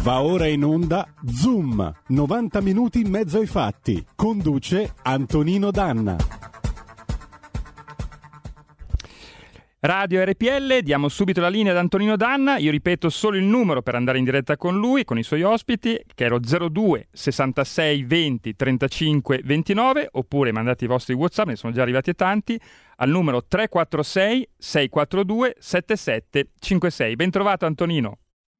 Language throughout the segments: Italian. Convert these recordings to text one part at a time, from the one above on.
Va ora in onda Zoom, 90 minuti in mezzo ai fatti. Conduce Antonino Danna. Radio RPL, diamo subito la linea ad Antonino Danna. Io ripeto solo il numero per andare in diretta con lui, con i suoi ospiti, che è lo 02 66 20 35 29, oppure mandate i vostri WhatsApp, ne sono già arrivati tanti, al numero 346 642 7756. Ben trovato Antonino.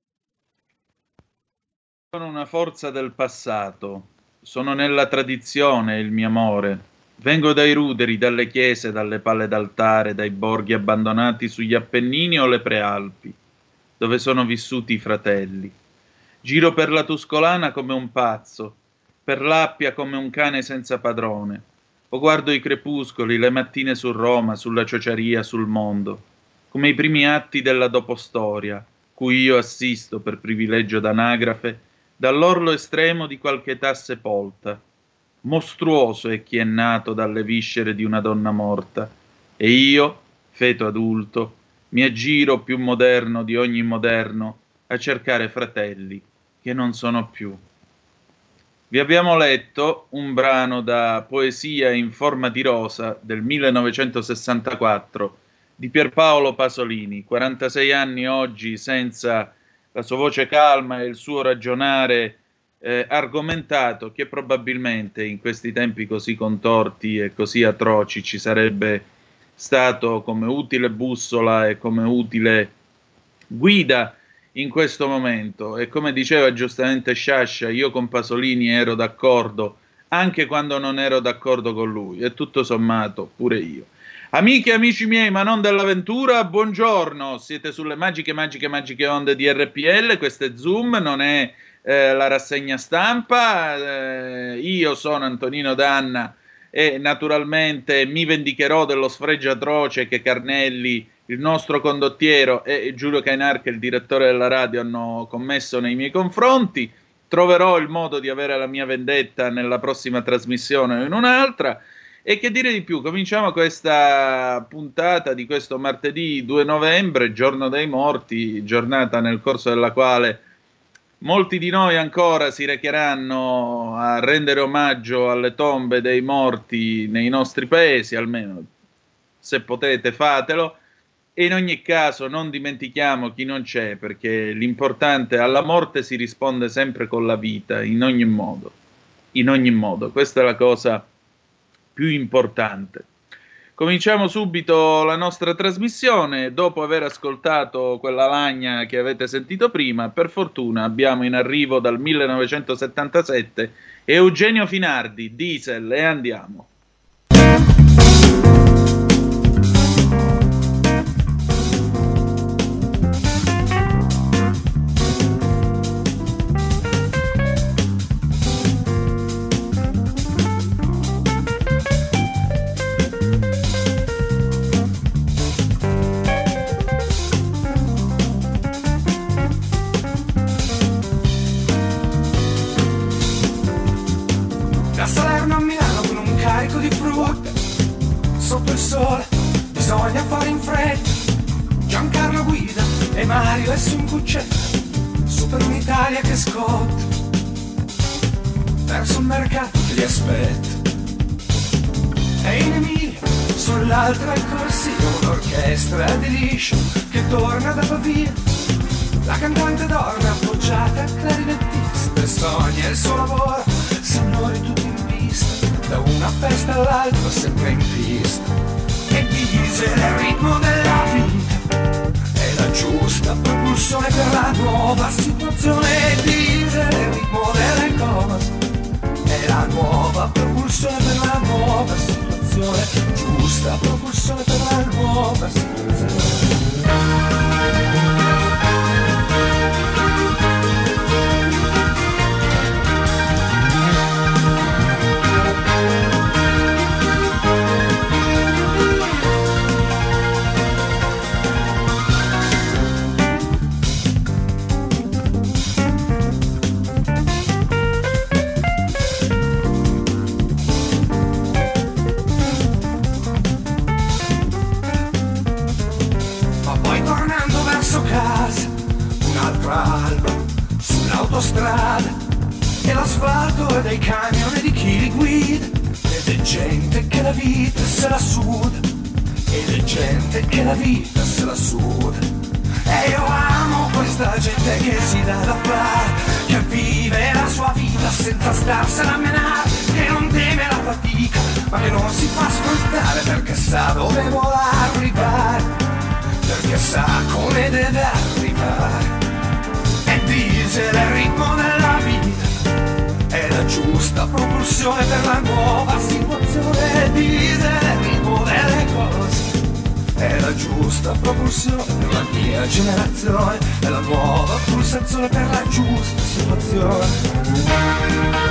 Sono una forza del passato, sono nella tradizione il mio amore. Vengo dai ruderi, dalle chiese, dalle palle d'altare, dai borghi abbandonati sugli Appennini o le Prealpi, dove sono vissuti i fratelli. Giro per la Tuscolana come un pazzo, per l'Appia come un cane senza padrone, o guardo i crepuscoli, le mattine su Roma, sulla Ciociaria, sul mondo, come i primi atti della dopostoria, cui io assisto per privilegio d'anagrafe, dall'orlo estremo di qualche età sepolta. Mostruoso è chi è nato dalle viscere di una donna morta, e io, feto adulto, mi aggiro più moderno di ogni moderno a cercare fratelli che non sono più. Vi abbiamo letto un brano da Poesia in forma di rosa del 1964 di Pierpaolo Pasolini, 46 anni oggi senza la sua voce calma e il suo ragionare argomentato, che probabilmente in questi tempi così contorti e così atroci ci sarebbe stato come utile bussola e come utile guida in questo momento. E come diceva giustamente Sciascia, io con Pasolini ero d'accordo anche quando non ero d'accordo con lui, e tutto sommato pure io. Amiche e amici miei, ma non dell'avventura, buongiorno, siete sulle magiche onde di RPL, questo è Zoom, non è la rassegna stampa. Io sono Antonino Danna e naturalmente mi vendicherò dello sfregio atroce che Carnelli, il nostro condottiero, e Giulio Cainar, che è il direttore della radio, hanno commesso nei miei confronti. Troverò il modo di avere la mia vendetta nella prossima trasmissione o in un'altra. E che dire di più? Cominciamo questa puntata di questo martedì 2 novembre, giorno dei morti, giornata nel corso della quale molti di noi ancora si recheranno a rendere omaggio alle tombe dei morti nei nostri paesi, almeno se potete fatelo, e in ogni caso non dimentichiamo chi non c'è, perché l'importante, alla morte si risponde sempre con la vita, in ogni modo, questa è la cosa più importante. Cominciamo subito la nostra trasmissione. Dopo aver ascoltato quella lagna che avete sentito prima, per fortuna abbiamo in arrivo dal 1977 Eugenio Finardi, Diesel, e andiamo. Sotto il sole bisogna fare in fretta. Giancarlo guida e Mario è su un cuccetto, su per un'Italia che scotta, verso un mercato che li aspetta. E in Emilia, sull'altra il corsia, un'orchestra di liscio che torna da Pavia. La cantante dorme appoggiata al clarinettista, sogna il suo lavoro, signori tutti in pista, da una festa all'altra sempre in pista. E Diesel è il ritmo della vita, è la giusta propulsione per la nuova situazione. E Diesel è il ritmo delle cose, è la nuova propulsione per la nuova situazione, giusta propulsione per la nuova situazione. autostrade e l'asfalto e dei camion e di chi li guida ed è gente che la vita se la suda ed è gente che la vita se la suda e io amo questa gente che si dà da fare, che vive la sua vita senza starsela a menare, che non teme la fatica ma che non si fa sfruttare perché sa dove vuole arrivare, perché sa come deve arrivare. E diesel è il ritmo della vita, è la giusta propulsione per la nuova situazione. E diesel è il ritmo delle cose, è la giusta propulsione per la mia generazione, è la nuova pulsazione per la giusta situazione.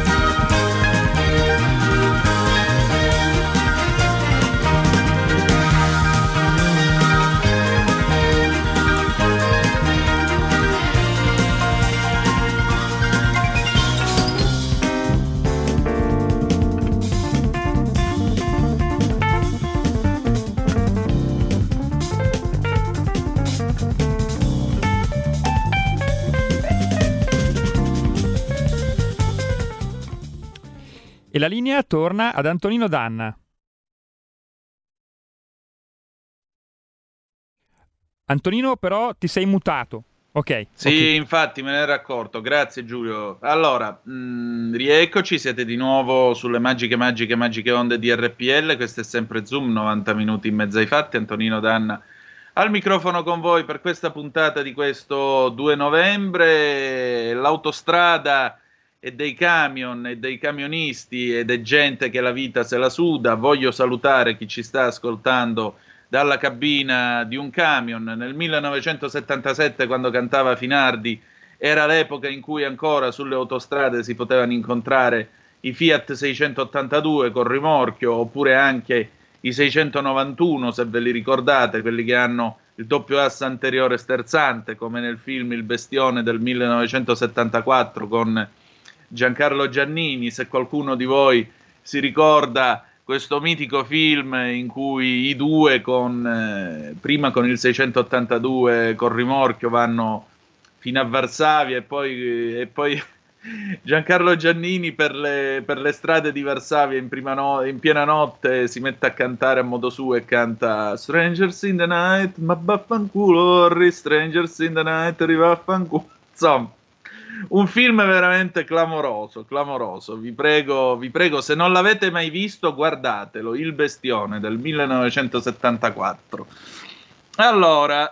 E la linea torna ad Antonino Danna. Antonino, però ti sei mutato. Ok. Sì, okay. Infatti me ne ero accorto. Grazie Giulio. Allora, rieccoci, siete di nuovo sulle magiche onde di RPL. Questo è sempre Zoom, 90 minuti in mezzo ai fatti. Antonino Danna al microfono con voi per questa puntata di questo 2 novembre. L'autostrada e dei camion e dei camionisti ed è gente che la vita se la suda. Voglio salutare chi ci sta ascoltando dalla cabina di un camion. Nel 1977, quando cantava Finardi, era l'epoca in cui ancora sulle autostrade si potevano incontrare i Fiat 682 con rimorchio, oppure anche i 691, se ve li ricordate, quelli che hanno il doppio asse anteriore sterzante, come nel film Il Bestione del 1974 con Giancarlo Giannini. Se qualcuno di voi si ricorda questo mitico film in cui i due prima con il 682 con rimorchio vanno fino a Varsavia e poi Giancarlo Giannini per le strade di Varsavia in piena notte si mette a cantare a modo suo e canta Strangers in the night, ma vaffanculo Orri, Strangers in the night, rivaffanculo. Insomma, un film veramente clamoroso. Vi prego, se non l'avete mai visto, guardatelo, Il Bestione del 1974. Allora,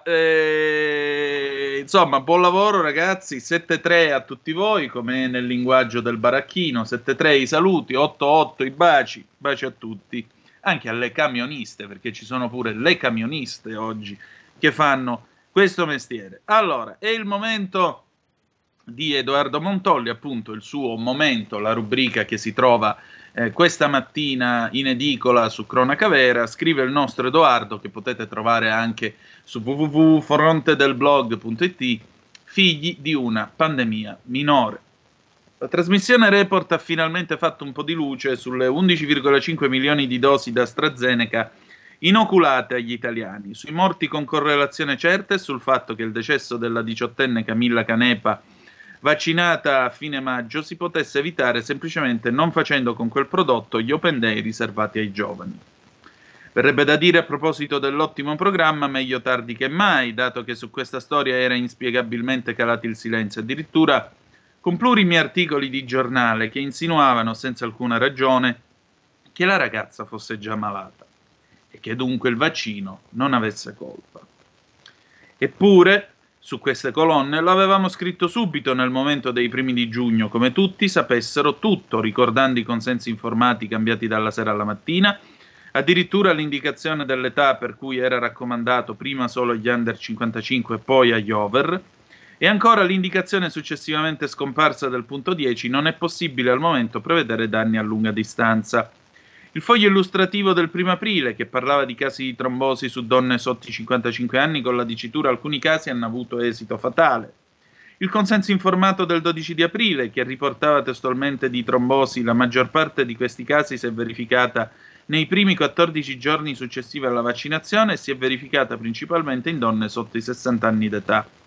insomma, buon lavoro ragazzi, 7-3 a tutti voi, come nel linguaggio del baracchino, 7-3 i saluti, 8-8 i baci a tutti, anche alle camioniste, perché ci sono pure le camioniste oggi che fanno questo mestiere. Allora, è il momento di Edoardo Montolli, appunto il suo momento, la rubrica che si trova questa mattina in edicola su Cronaca Vera. Scrive il nostro Edoardo, che potete trovare anche su www.frontedelblog.it, figli di una pandemia minore. La trasmissione Report ha finalmente fatto un po' di luce sulle 11,5 milioni di dosi da AstraZeneca inoculate agli italiani, sui morti con correlazione certa e sul fatto che il decesso della 18enne Camilla Canepa, vaccinata a fine maggio, si potesse evitare semplicemente non facendo con quel prodotto gli open day riservati ai giovani. Verrebbe da dire, a proposito dell'ottimo programma, meglio tardi che mai, dato che su questa storia era inspiegabilmente calato il silenzio, addirittura con plurimi articoli di giornale che insinuavano senza alcuna ragione che la ragazza fosse già malata e che dunque il vaccino non avesse colpa. Eppure su queste colonne lo avevamo scritto subito nel momento dei primi di giugno, come tutti sapessero tutto, ricordando i consensi informati cambiati dalla sera alla mattina, addirittura l'indicazione dell'età per cui era raccomandato prima solo agli under 55 e poi agli over, e ancora l'indicazione successivamente scomparsa del punto 10, non è possibile al momento prevedere danni a lunga distanza. Il foglio illustrativo del 1 aprile, che parlava di casi di trombosi su donne sotto i 55 anni con la dicitura alcuni casi hanno avuto esito fatale. Il consenso informato del 12 di aprile, che riportava testualmente di trombosi, la maggior parte di questi casi si è verificata nei primi 14 giorni successivi alla vaccinazione e si è verificata principalmente in donne sotto i 60 anni d'età.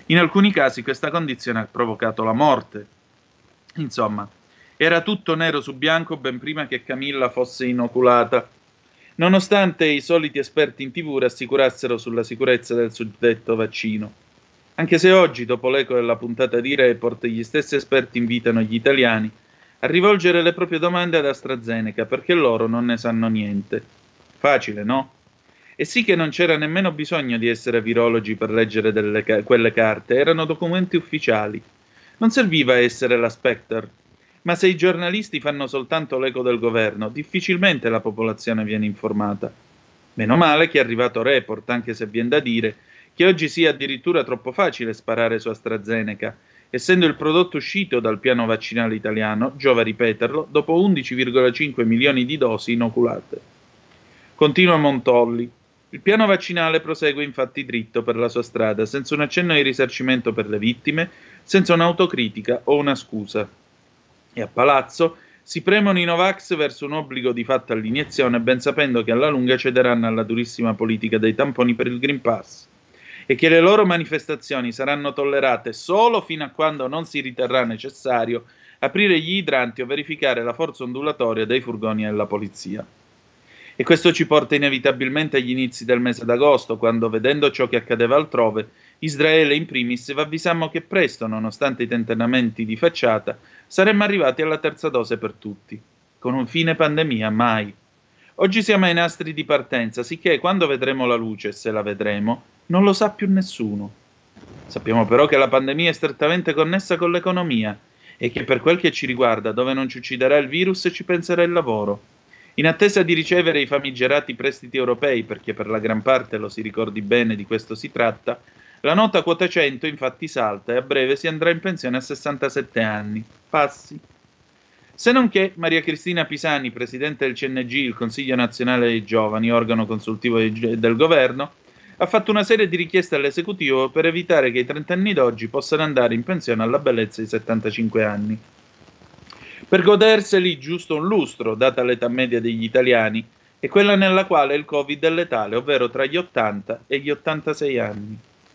In alcuni casi questa condizione ha provocato la morte. Insomma, era tutto nero su bianco ben prima che Camilla fosse inoculata, nonostante i soliti esperti in TV rassicurassero sulla sicurezza del suddetto vaccino. Anche se oggi, dopo l'eco della puntata di Report, gli stessi esperti invitano gli italiani a rivolgere le proprie domande ad AstraZeneca, perché loro non ne sanno niente. Facile, no? E sì che non c'era nemmeno bisogno di essere virologi per leggere quelle carte, erano documenti ufficiali. Non serviva essere la Spectre, ma se i giornalisti fanno soltanto l'eco del governo, difficilmente la popolazione viene informata. Meno male che è arrivato Report, anche se viene da dire che oggi sia addirittura troppo facile sparare su AstraZeneca, essendo il prodotto uscito dal piano vaccinale italiano, giova ripeterlo, dopo 11,5 milioni di dosi inoculate. Continua Montolli. Il piano vaccinale prosegue infatti dritto per la sua strada, senza un accenno di risarcimento per le vittime, senza un'autocritica o una scusa. E a palazzo si premono i Novax verso un obbligo di fatta all'iniezione, ben sapendo che alla lunga cederanno alla durissima politica dei tamponi per il Green Pass, e che le loro manifestazioni saranno tollerate solo fino a quando non si riterrà necessario aprire gli idranti o verificare la forza ondulatoria dei furgoni della polizia. E questo ci porta inevitabilmente agli inizi del mese d'agosto, quando, vedendo ciò che accadeva altrove, Israele in primis v'avvisammo che presto, nonostante i tentennamenti di facciata, saremmo arrivati alla terza dose per tutti. Con un fine pandemia, mai. Oggi siamo ai nastri di partenza, sicché quando vedremo la luce, se la vedremo, non lo sa più nessuno. Sappiamo però che la pandemia è strettamente connessa con l'economia e che per quel che ci riguarda, dove non ci ucciderà il virus, ci penserà il lavoro. In attesa di ricevere i famigerati prestiti europei, perché per la gran parte, lo si ricordi bene, di questo si tratta, la nota quota 100 infatti salta e a breve si andrà in pensione a 67 anni. Passi. Se non che Maria Cristina Pisani, presidente del CNG, il Consiglio Nazionale dei Giovani, organo consultivo del governo, ha fatto una serie di richieste all'esecutivo per evitare che i trentenni d'oggi possano andare in pensione alla bellezza di 75 anni. Per goderseli giusto un lustro, data l'età media degli italiani, e quella nella quale il Covid è letale, ovvero tra gli 80 e gli 86 anni.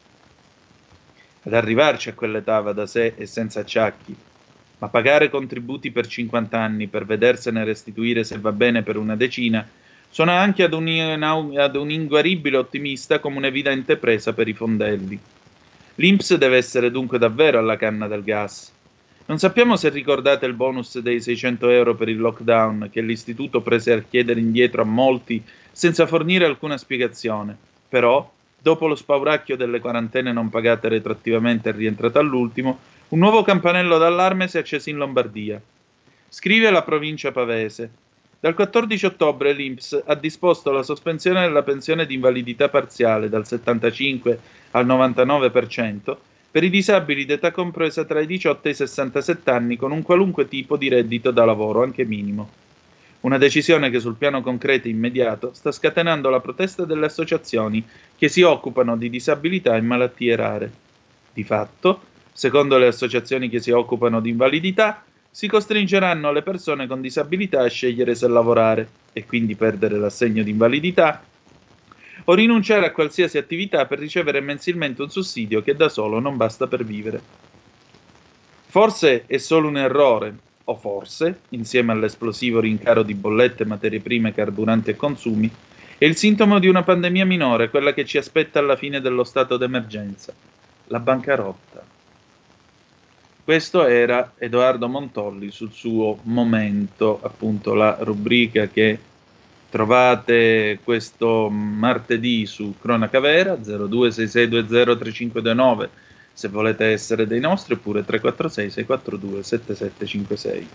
Ad arrivarci a quell'età va da sé e senza acciacchi, ma pagare contributi per 50 anni per vedersene restituire, se va bene, per una decina, suona anche ad un inguaribile ottimista come un'evidente presa per i fondelli. L'INPS deve essere dunque davvero alla canna del gas. Non sappiamo se ricordate il bonus dei 600 euro per il lockdown che l'istituto prese a chiedere indietro a molti senza fornire alcuna spiegazione. Però, dopo lo spauracchio delle quarantene non pagate retroattivamente e rientrate all'ultimo, un nuovo campanello d'allarme si è acceso in Lombardia. Scrive la provincia pavese. Dal 14 ottobre l'INPS ha disposto la sospensione della pensione di invalidità parziale dal 75 al 99% per i disabili d'età compresa tra i 18 e i 67 anni con un qualunque tipo di reddito da lavoro, anche minimo. Una decisione che sul piano concreto e immediato sta scatenando la protesta delle associazioni che si occupano di disabilità e malattie rare. Di fatto, secondo le associazioni che si occupano di invalidità, si costringeranno le persone con disabilità a scegliere se lavorare e quindi perdere l'assegno di invalidità o rinunciare a qualsiasi attività per ricevere mensilmente un sussidio che da solo non basta per vivere. Forse è solo un errore, o forse, insieme all'esplosivo rincaro di bollette, materie prime, carburanti e consumi, è il sintomo di una pandemia minore, quella che ci aspetta alla fine dello stato d'emergenza, la bancarotta. Questo era Edoardo Montolli sul suo Momento, appunto la rubrica che trovate questo martedì su Cronaca Vera, 0266203529 se volete essere dei nostri, oppure 346 642 7756.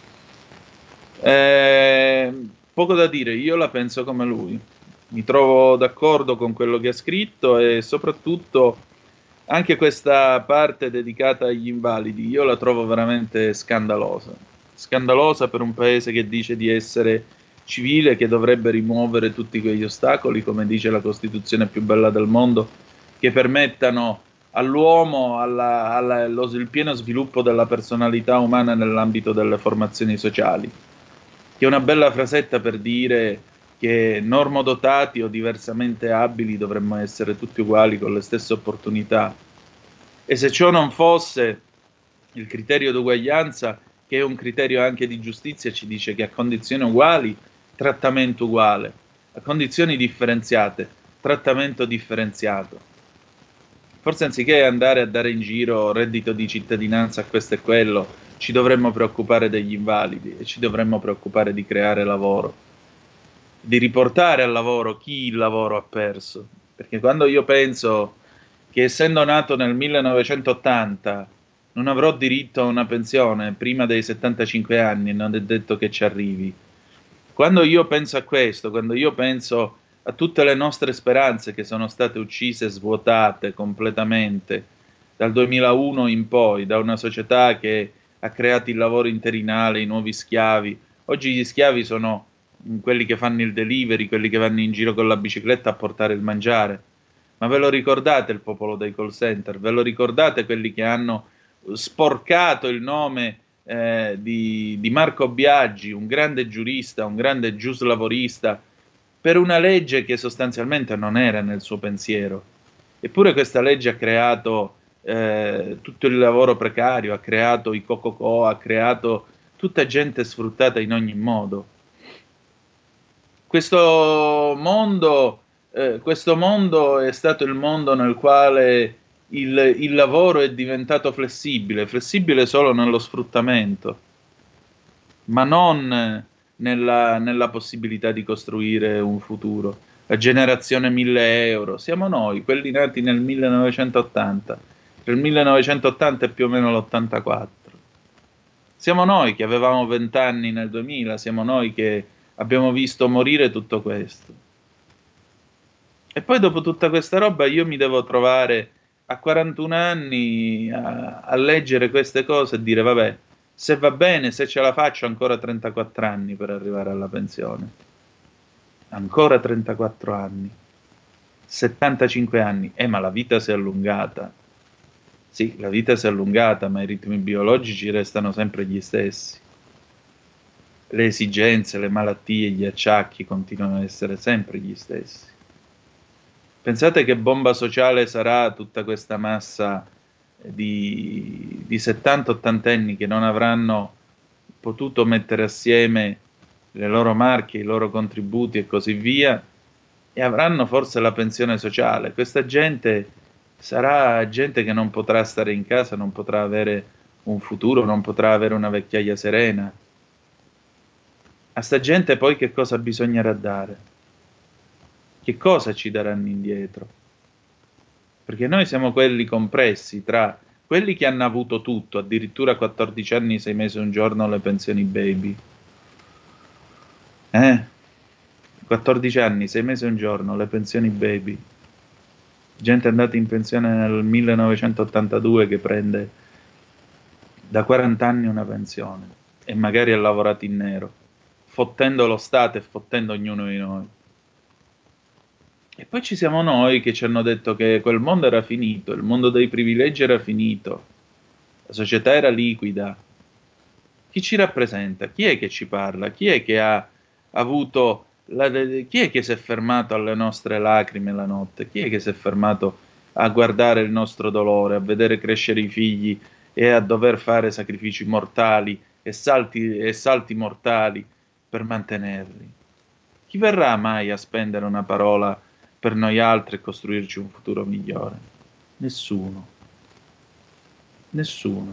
Poco da dire, io la penso come lui, mi trovo d'accordo con quello che ha scritto e soprattutto anche questa parte dedicata agli invalidi io la trovo veramente scandalosa per un paese che dice di essere civile, che dovrebbe rimuovere tutti quegli ostacoli, come dice la Costituzione più bella del mondo, che permettano all'uomo il pieno sviluppo della personalità umana nell'ambito delle formazioni sociali, che è una bella frasetta per dire che normodotati o diversamente abili dovremmo essere tutti uguali con le stesse opportunità. E se ciò non fosse, il criterio d'uguaglianza, che è un criterio anche di giustizia, ci dice che a condizioni uguali, trattamento uguale, a condizioni differenziate, trattamento differenziato. Forse anziché andare a dare in giro reddito di cittadinanza a questo e quello, ci dovremmo preoccupare degli invalidi e ci dovremmo preoccupare di creare lavoro, di riportare al lavoro chi il lavoro ha perso. Perché quando io penso che essendo nato nel 1980 non avrò diritto a una pensione prima dei 75 anni, non è detto che ci arrivi. Quando io penso a questo, quando io penso a tutte le nostre speranze che sono state uccise, svuotate completamente dal 2001 in poi, da una società che ha creato il lavoro interinale, i nuovi schiavi. Oggi gli schiavi sono quelli che fanno il delivery, quelli che vanno in giro con la bicicletta a portare il mangiare. Ma ve lo ricordate il popolo dei call center? Ve lo ricordate quelli che hanno sporcato il nome di Marco Biagi, un grande giurista, un grande giuslavorista, per una legge che sostanzialmente non era nel suo pensiero? Eppure questa legge ha creato tutto il lavoro precario, ha creato i cococò, ha creato tutta gente sfruttata in ogni modo. Questo mondo è stato il mondo nel quale il lavoro è diventato flessibile solo nello sfruttamento, ma non nella possibilità di costruire un futuro. La generazione 1000 euro, siamo noi, quelli nati nel 1980. Il 1980 è più o meno l'84. Siamo noi che avevamo 20 anni nel 2000, siamo noi che abbiamo visto morire tutto questo. E poi dopo tutta questa roba io mi devo trovare a 41 anni a leggere queste cose e dire vabbè, se va bene, se ce la faccio, ancora 34 anni per arrivare alla pensione. Ancora 34 anni. 75 anni. Ma la vita si è allungata. Sì, la vita si è allungata, ma i ritmi biologici restano sempre gli stessi. Le esigenze, le malattie, gli acciacchi continuano a essere sempre gli stessi. Pensate che bomba sociale sarà tutta questa massa di 70-80 anni che non avranno potuto mettere assieme le loro marche, i loro contributi e così via, e avranno forse la pensione sociale. Questa gente sarà gente che non potrà stare in casa, non potrà avere un futuro, non potrà avere una vecchiaia serena. A sta gente poi che cosa bisognerà dare? Che cosa ci daranno indietro? Perché noi siamo quelli compressi tra quelli che hanno avuto tutto, addirittura 14 anni, 6 mesi, un giorno le pensioni baby. 14 anni, 6 mesi, un giorno le pensioni baby. Gente andata in pensione nel 1982 che prende da 40 anni una pensione e magari ha lavorato in nero, fottendo lo Stato e fottendo ognuno di noi. E poi ci siamo noi che ci hanno detto che quel mondo era finito, il mondo dei privilegi era finito, la società era liquida. Chi ci rappresenta? Chi è che ci parla? Chi è che ha avuto chi è che si è fermato alle nostre lacrime la notte? Chi è che si è fermato a guardare il nostro dolore, a vedere crescere i figli e a dover fare sacrifici mortali e salti mortali per mantenerli? Chi verrà mai a spendere una parola per noi altri e costruirci un futuro migliore? Nessuno. Nessuno.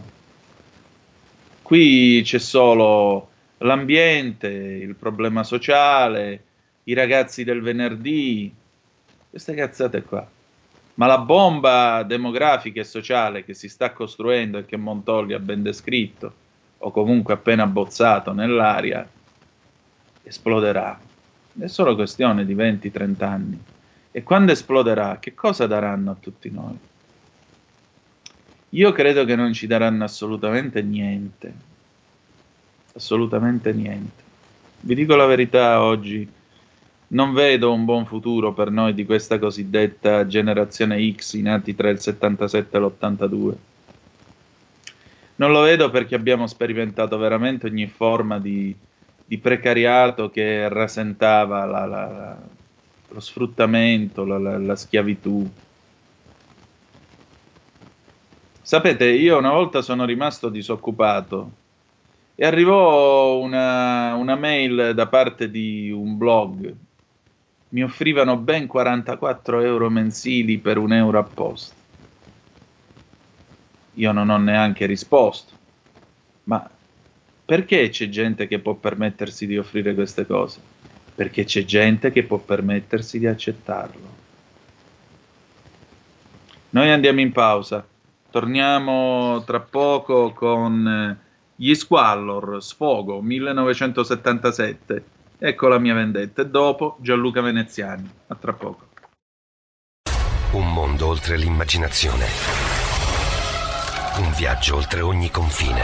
Qui c'è solo l'ambiente, il problema sociale, i ragazzi del venerdì, queste cazzate qua. Ma la bomba demografica e sociale che si sta costruendo e che Montolli ha ben descritto, o comunque appena abbozzato nell'aria, esploderà. È solo questione di 20-30 anni. E quando esploderà, che cosa daranno a tutti noi? Io credo che non ci daranno assolutamente niente. Assolutamente niente. Vi dico la verità, oggi non vedo un buon futuro per noi di questa cosiddetta generazione X, i nati tra il 77 e l'82. Non lo vedo perché abbiamo sperimentato veramente ogni forma di precariato che rasentava lo sfruttamento, la schiavitù. Sapete, io una volta sono rimasto disoccupato e arrivò una mail da parte di un blog. Mi offrivano ben 44 euro mensili per €1 a posto. Io non ho neanche risposto. Ma perché c'è gente che può permettersi di offrire queste cose? Perché c'è gente che può permettersi di accettarlo. Noi andiamo in pausa. Torniamo tra poco con gli Squallor, Sfogo, 1977. Ecco la mia vendetta. E dopo Gianluca Veneziani. A tra poco. Un mondo oltre l'immaginazione. Un viaggio oltre ogni confine.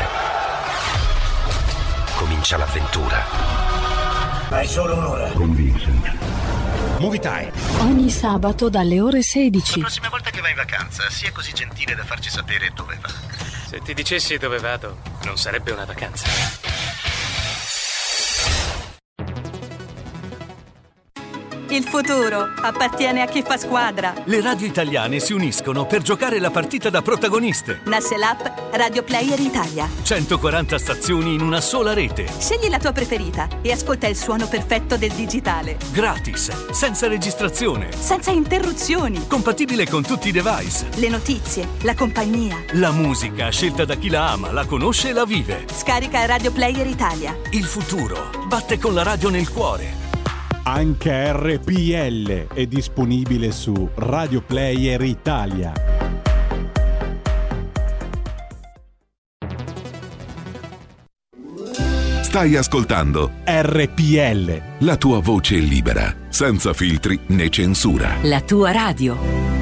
Comincia l'avventura. Hai solo un'ora. Con Vincent. Movie Time. Ogni sabato dalle ore 16. La prossima volta che vai in vacanza, sia così gentile da farci sapere dove va. Se ti dicessi dove vado, non sarebbe una vacanza. Il futuro appartiene a chi fa squadra. Le radio italiane si uniscono per giocare la partita da protagoniste. Nasce l'app Radio Player Italia. 140 stazioni in una sola rete. Scegli la tua preferita e ascolta il suono perfetto del digitale. Gratis, senza registrazione. Senza interruzioni. Compatibile con tutti i device. Le notizie, la compagnia. La musica, scelta da chi la ama, la conosce e la vive. Scarica Radio Player Italia. Il futuro batte con la radio nel cuore. Anche RPL è disponibile su Radio Player Italia. Stai ascoltando RPL, la tua voce libera, senza filtri né censura. La tua radio.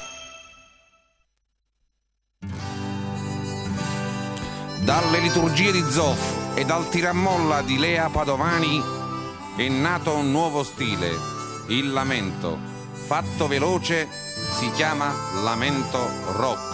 Dalle liturgie di Zoff e dal tiramolla di Lea Padovani è nato un nuovo stile, il lamento. Fatto veloce si chiama lamento rock.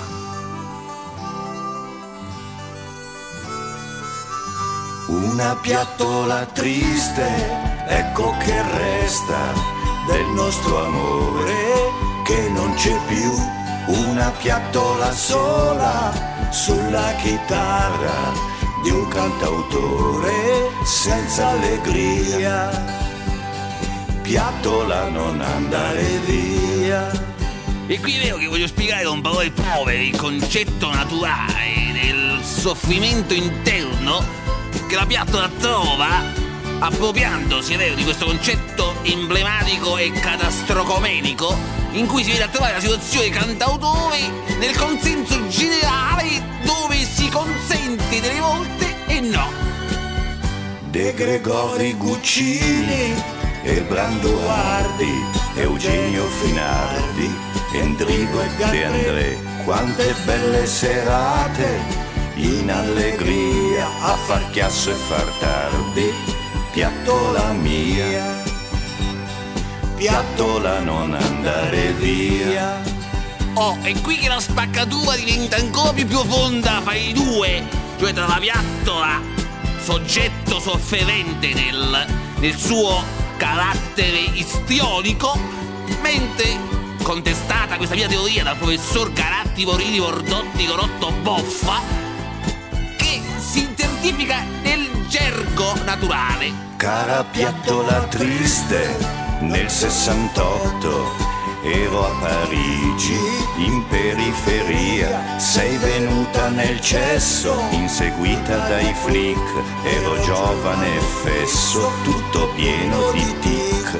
Una piattola triste, ecco che resta del nostro amore che non c'è più. Una piattola sola sulla chitarra di un cantautore senza allegria. Piattola, non andare via. E qui è vero che voglio spiegare con parole povere il concetto naturale del soffrimento interno che la piattola trova appropriandosi, è vero, di questo concetto emblematico e catastrofomenico in cui si viene a trovare la situazione dei cantautori nel consenso generale dove si consente delle volte e no. De Gregori Guccini e Branduardi, Eugenio Finardi, Endrigo e De André, quante belle serate in allegria a far chiasso e far tardi. Piattola mia, piattola, non andare via. Oh, è qui che la spaccatura diventa ancora più profonda fra i due, cioè tra la piattola, soggetto sofferente nel suo carattere istrionico, mentre, contestata questa mia teoria dal professor Garatti Morini Vordotti Corotto Boffa, che si identifica nel gergo naturale. Cara piattola triste, nel 68 ero a Parigi, in periferia, sei venuta nel cesso, inseguita dai flick, ero giovane e fesso, tutto pieno di tic.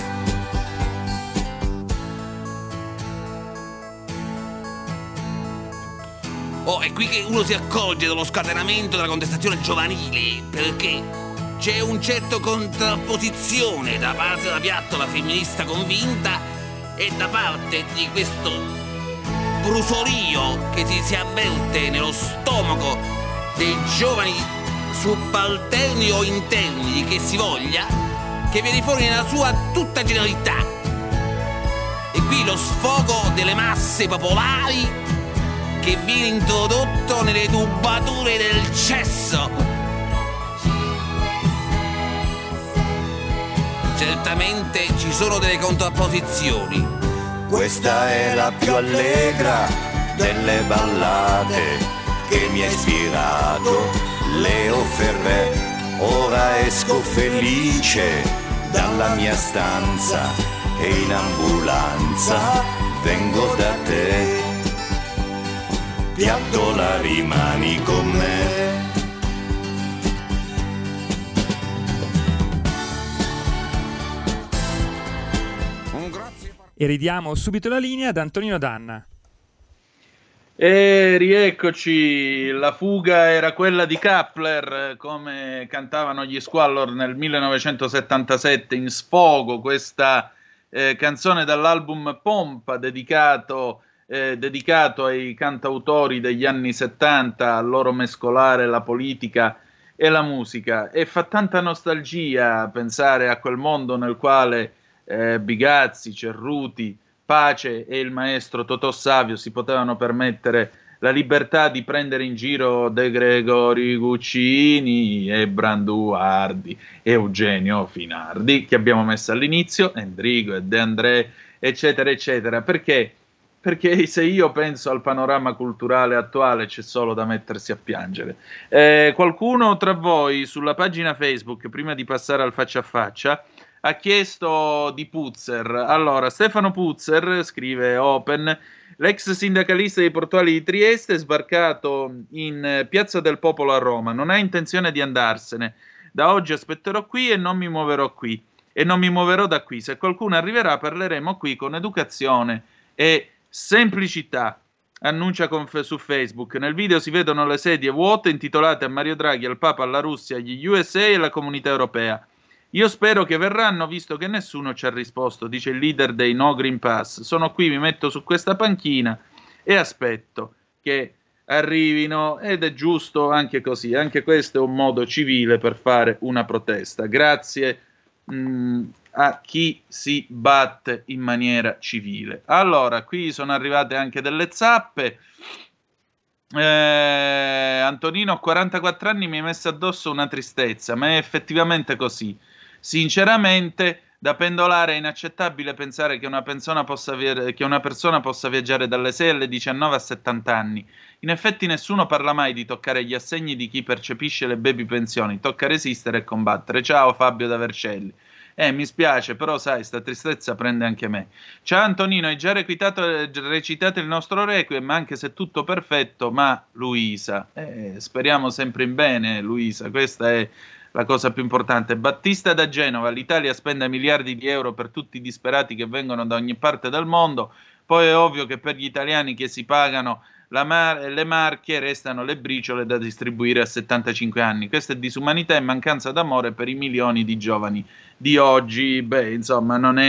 Oh, è qui che uno si accorge dello scatenamento della contestazione giovanile, perché c'è un certo contrapposizione da parte della piattola femminista convinta e da parte di questo brusorio che si avverte nello stomaco dei giovani subalterni o interni che si voglia, che viene fuori nella sua tutta generalità. E qui lo sfogo delle masse popolari che viene introdotto nelle tubature del cesso. Certamente ci sono delle contrapposizioni. Questa è la più allegra delle ballate, che mi ha ispirato, Leo Ferré. Ora esco felice dalla mia stanza e in ambulanza vengo da te. Piattola, rimani con me. E ridiamo subito la linea ad Antonino Danna. E rieccoci, la fuga era quella di Kappler, come cantavano gli Squallor nel 1977 in Sfogo, questa canzone dall'album Pompa dedicato ai cantautori degli anni 70, al loro mescolare la politica e la musica. E fa tanta nostalgia pensare a quel mondo nel quale Bigazzi, Cerruti, Pace e il maestro Totò Savio si potevano permettere la libertà di prendere in giro De Gregori Guccini e Branduardi e Eugenio Finardi, che abbiamo messo all'inizio, Endrigo e De André, eccetera, eccetera. Perché? Perché se io penso al panorama culturale attuale c'è solo da mettersi a piangere. Qualcuno tra voi sulla pagina Facebook, prima di passare al faccia a faccia, ha chiesto di Puzzer. Allora, Stefano Puzzer, scrive Open, l'ex sindacalista dei portuali di Trieste è sbarcato in Piazza del Popolo a Roma, non ha intenzione di andarsene. Da oggi aspetterò qui e non mi muoverò qui e non mi muoverò da qui. Se qualcuno arriverà parleremo qui con educazione e semplicità, annuncia su Facebook. Nel video si vedono le sedie vuote intitolate a Mario Draghi, al Papa, alla Russia, agli USA e alla Comunità Europea. Io spero che verranno, visto che nessuno ci ha risposto, dice il leader dei No Green Pass. Sono qui, mi metto su questa panchina e aspetto che arrivino, ed è giusto anche così. Anche questo è un modo civile per fare una protesta. Grazie a chi si batte in maniera civile. Allora, qui sono arrivate anche delle zappe. Antonino, ho 44 anni, mi è messa addosso una tristezza, ma è effettivamente così. Sinceramente, da pendolare è inaccettabile pensare che una persona possa viaggiare dalle 6 alle 19 a 70 anni. In effetti nessuno parla mai di toccare gli assegni di chi percepisce le baby pensioni. Tocca resistere e combattere. Ciao Fabio da Vercelli. Mi spiace, però sai, sta tristezza prende anche me. Ciao Antonino, hai già recitato il nostro Requiem, anche se tutto perfetto, ma Luisa, speriamo sempre in bene Luisa, questa è la cosa più importante. Battista da Genova, l'Italia spende miliardi di euro per tutti i disperati che vengono da ogni parte del mondo, poi è ovvio che per gli italiani che si pagano le marche restano le briciole da distribuire a 75 anni. Questa è disumanità e mancanza d'amore per i milioni di giovani di oggi. Beh, insomma, non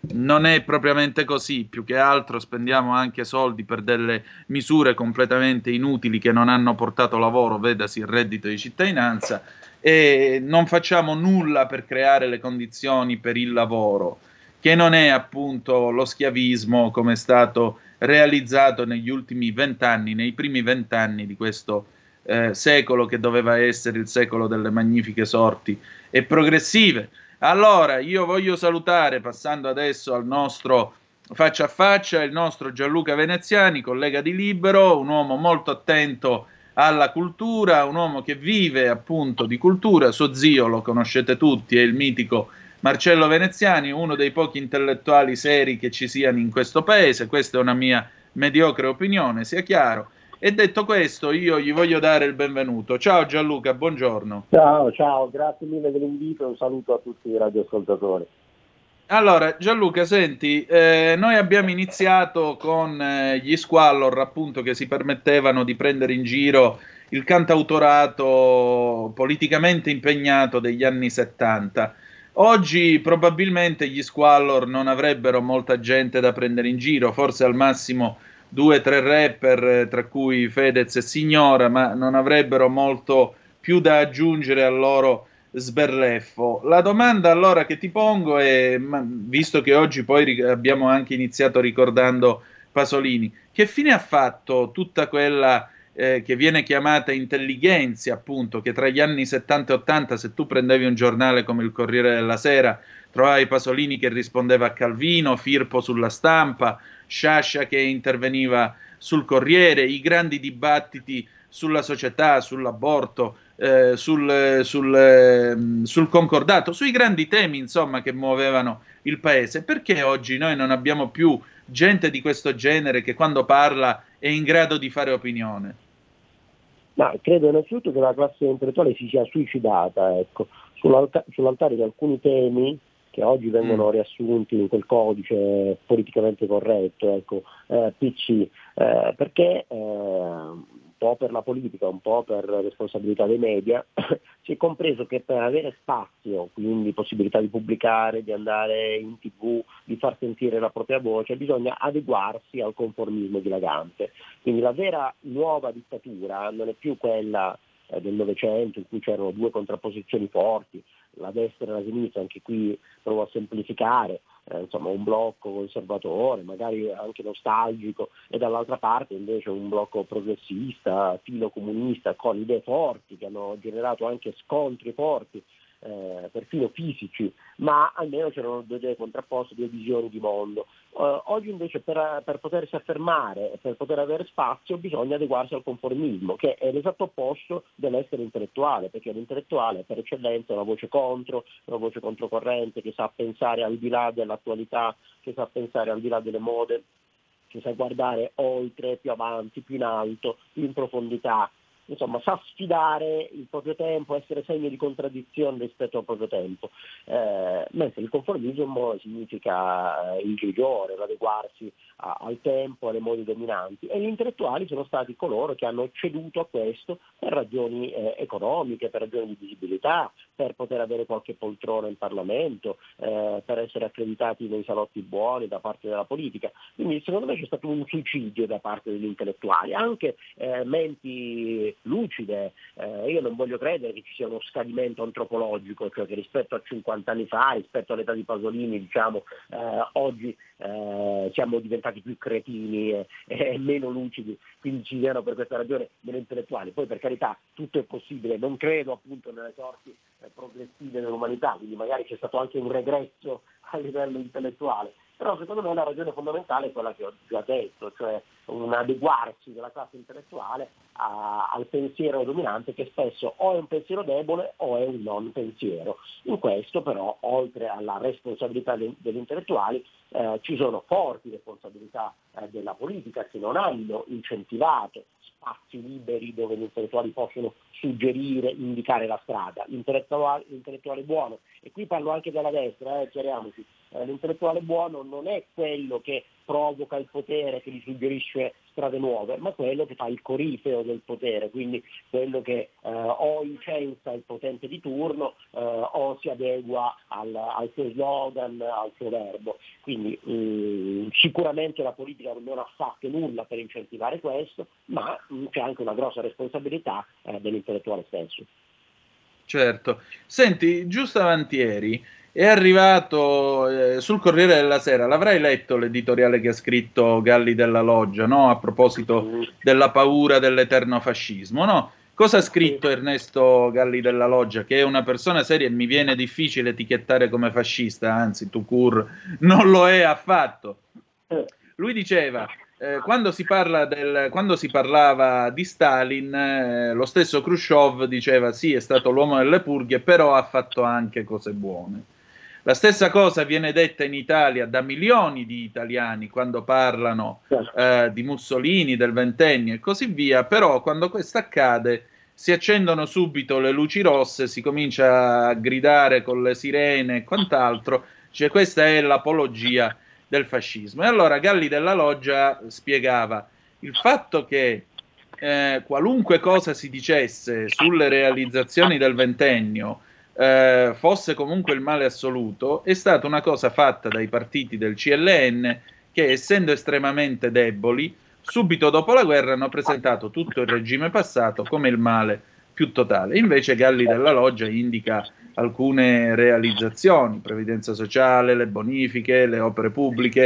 è propriamente così. Più che altro spendiamo anche soldi per delle misure completamente inutili che non hanno portato lavoro, vedasi il reddito di cittadinanza, e non facciamo nulla per creare le condizioni per il lavoro, che non è appunto lo schiavismo come è stato realizzato negli ultimi 20 anni, nei primi 20 anni di questo secolo che doveva essere il secolo delle magnifiche sorti e progressive. Allora, io voglio salutare, passando adesso al nostro faccia a faccia, il nostro Gianluca Veneziani, collega di Libero, un uomo molto attento alla cultura, un uomo che vive appunto di cultura. Suo zio, lo conoscete tutti, è il mitico Marcello Veneziani, uno dei pochi intellettuali seri che ci siano in questo paese. Questa è una mia mediocre opinione, sia chiaro. E detto questo, io gli voglio dare il benvenuto. Ciao Gianluca, buongiorno. Ciao, grazie mille dell'invito e un saluto a tutti i radioascoltatori. Allora, Gianluca, senti, noi abbiamo iniziato con gli Squallor, appunto, che si permettevano di prendere in giro il cantautorato politicamente impegnato degli anni 70. Oggi probabilmente gli Squallor non avrebbero molta gente da prendere in giro, forse al massimo 2 o 3 rapper, tra cui Fedez e Signora, ma non avrebbero molto più da aggiungere al loro sberleffo. La domanda allora che ti pongo è, visto che oggi poi abbiamo anche iniziato ricordando Pasolini, che fine ha fatto tutta quella che viene chiamata intellighenzia, appunto, che tra gli anni 70 e 80, se tu prendevi un giornale come il Corriere della Sera, trovavi Pasolini che rispondeva a Calvino, Firpo sulla Stampa, Sciascia che interveniva sul Corriere, i grandi dibattiti sulla società, sull'aborto, sul concordato, sui grandi temi, insomma, che muovevano il paese. Perché oggi noi non abbiamo più gente di questo genere che quando parla è in grado di fare opinione? Ma credo innanzitutto che la classe intellettuale si sia suicidata, ecco, sull'altare di alcuni temi che oggi vengono riassunti in quel codice politicamente corretto, ecco, PC, perché un po' per la politica, un po' per responsabilità dei media, si è compreso che per avere spazio, quindi possibilità di pubblicare, di andare in TV, di far sentire la propria voce, bisogna adeguarsi al conformismo dilagante. Quindi la vera nuova dittatura non è più quella del Novecento, in cui c'erano due contrapposizioni forti, la destra e la sinistra, anche qui provo a semplificare, insomma un blocco conservatore, magari anche nostalgico, e dall'altra parte invece un blocco progressista, filocomunista, con idee forti che hanno generato anche scontri forti, perfino fisici, ma almeno c'erano due idee contrapposte, due visioni di mondo. Oggi invece per potersi affermare, per poter avere spazio, bisogna adeguarsi al conformismo, che è l'esatto opposto dell'essere intellettuale, perché l'intellettuale per eccellenza è una voce controcorrente, che sa pensare al di là dell'attualità, che sa pensare al di là delle mode, che sa guardare oltre, più avanti, più in alto, più in profondità. Insomma, sa sfidare il proprio tempo, essere segno di contraddizione rispetto al proprio tempo, mentre il conformismo significa il grigiore, l'adeguarsi al tempo, alle modi dominanti, e gli intellettuali sono stati coloro che hanno ceduto a questo per ragioni economiche, per ragioni di visibilità, per poter avere qualche poltrona in Parlamento, per essere accreditati nei salotti buoni da parte della politica. Quindi secondo me c'è stato un suicidio da parte degli intellettuali, anche menti lucide. Io non voglio credere che ci sia uno scadimento antropologico, cioè che rispetto a 50 anni fa, rispetto all'età di Pasolini, diciamo, oggi siamo diventati più cretini e meno lucidi, quindi ci siano per questa ragione meno intellettuali. Poi per carità tutto è possibile, non credo appunto nelle sorti progressive dell'umanità, quindi magari c'è stato anche un regresso a livello intellettuale, però secondo me la ragione fondamentale è quella che ho già detto, cioè un adeguarsi della classe intellettuale al pensiero dominante, che spesso o è un pensiero debole o è un non pensiero. In questo però, oltre alla responsabilità degli intellettuali, ci sono forti responsabilità della politica, che non hanno incentivato spazi liberi dove gli intellettuali possono suggerire, indicare la strada. L'intellettuale buono, e qui parlo anche della destra, chiariamoci, l'intellettuale buono non è quello che provoca il potere, che gli suggerisce strade nuove, ma quello che fa il corifeo del potere, quindi quello che o incensa il potente di turno o si adegua al suo slogan, al suo verbo. Quindi sicuramente la politica non ha fatto nulla per incentivare questo, ma c'è anche una grossa responsabilità dell'intellettuale stesso. Certo. Senti, giusto avantieri è arrivato sul Corriere della Sera, l'avrai letto l'editoriale che ha scritto Galli della Loggia, no? A proposito della paura dell'eterno fascismo, no? Cosa ha scritto Ernesto Galli della Loggia, che è una persona seria e mi viene difficile etichettare come fascista, anzi, tout court, non lo è affatto. Lui diceva, quando si parlava di Stalin, lo stesso Khrushchev diceva sì, è stato l'uomo delle purghe, però ha fatto anche cose buone. La stessa cosa viene detta in Italia da milioni di italiani quando parlano di Mussolini, del ventennio e così via, però quando questo accade si accendono subito le luci rosse, si comincia a gridare con le sirene e quant'altro, cioè questa è l'apologia del fascismo. E allora Galli della Loggia spiegava il fatto che qualunque cosa si dicesse sulle realizzazioni del ventennio fosse comunque il male assoluto, è stata una cosa fatta dai partiti del CLN che, essendo estremamente deboli, subito dopo la guerra hanno presentato tutto il regime passato come il male più totale. Invece Galli della Loggia indica alcune realizzazioni, previdenza sociale, le bonifiche, le opere pubbliche,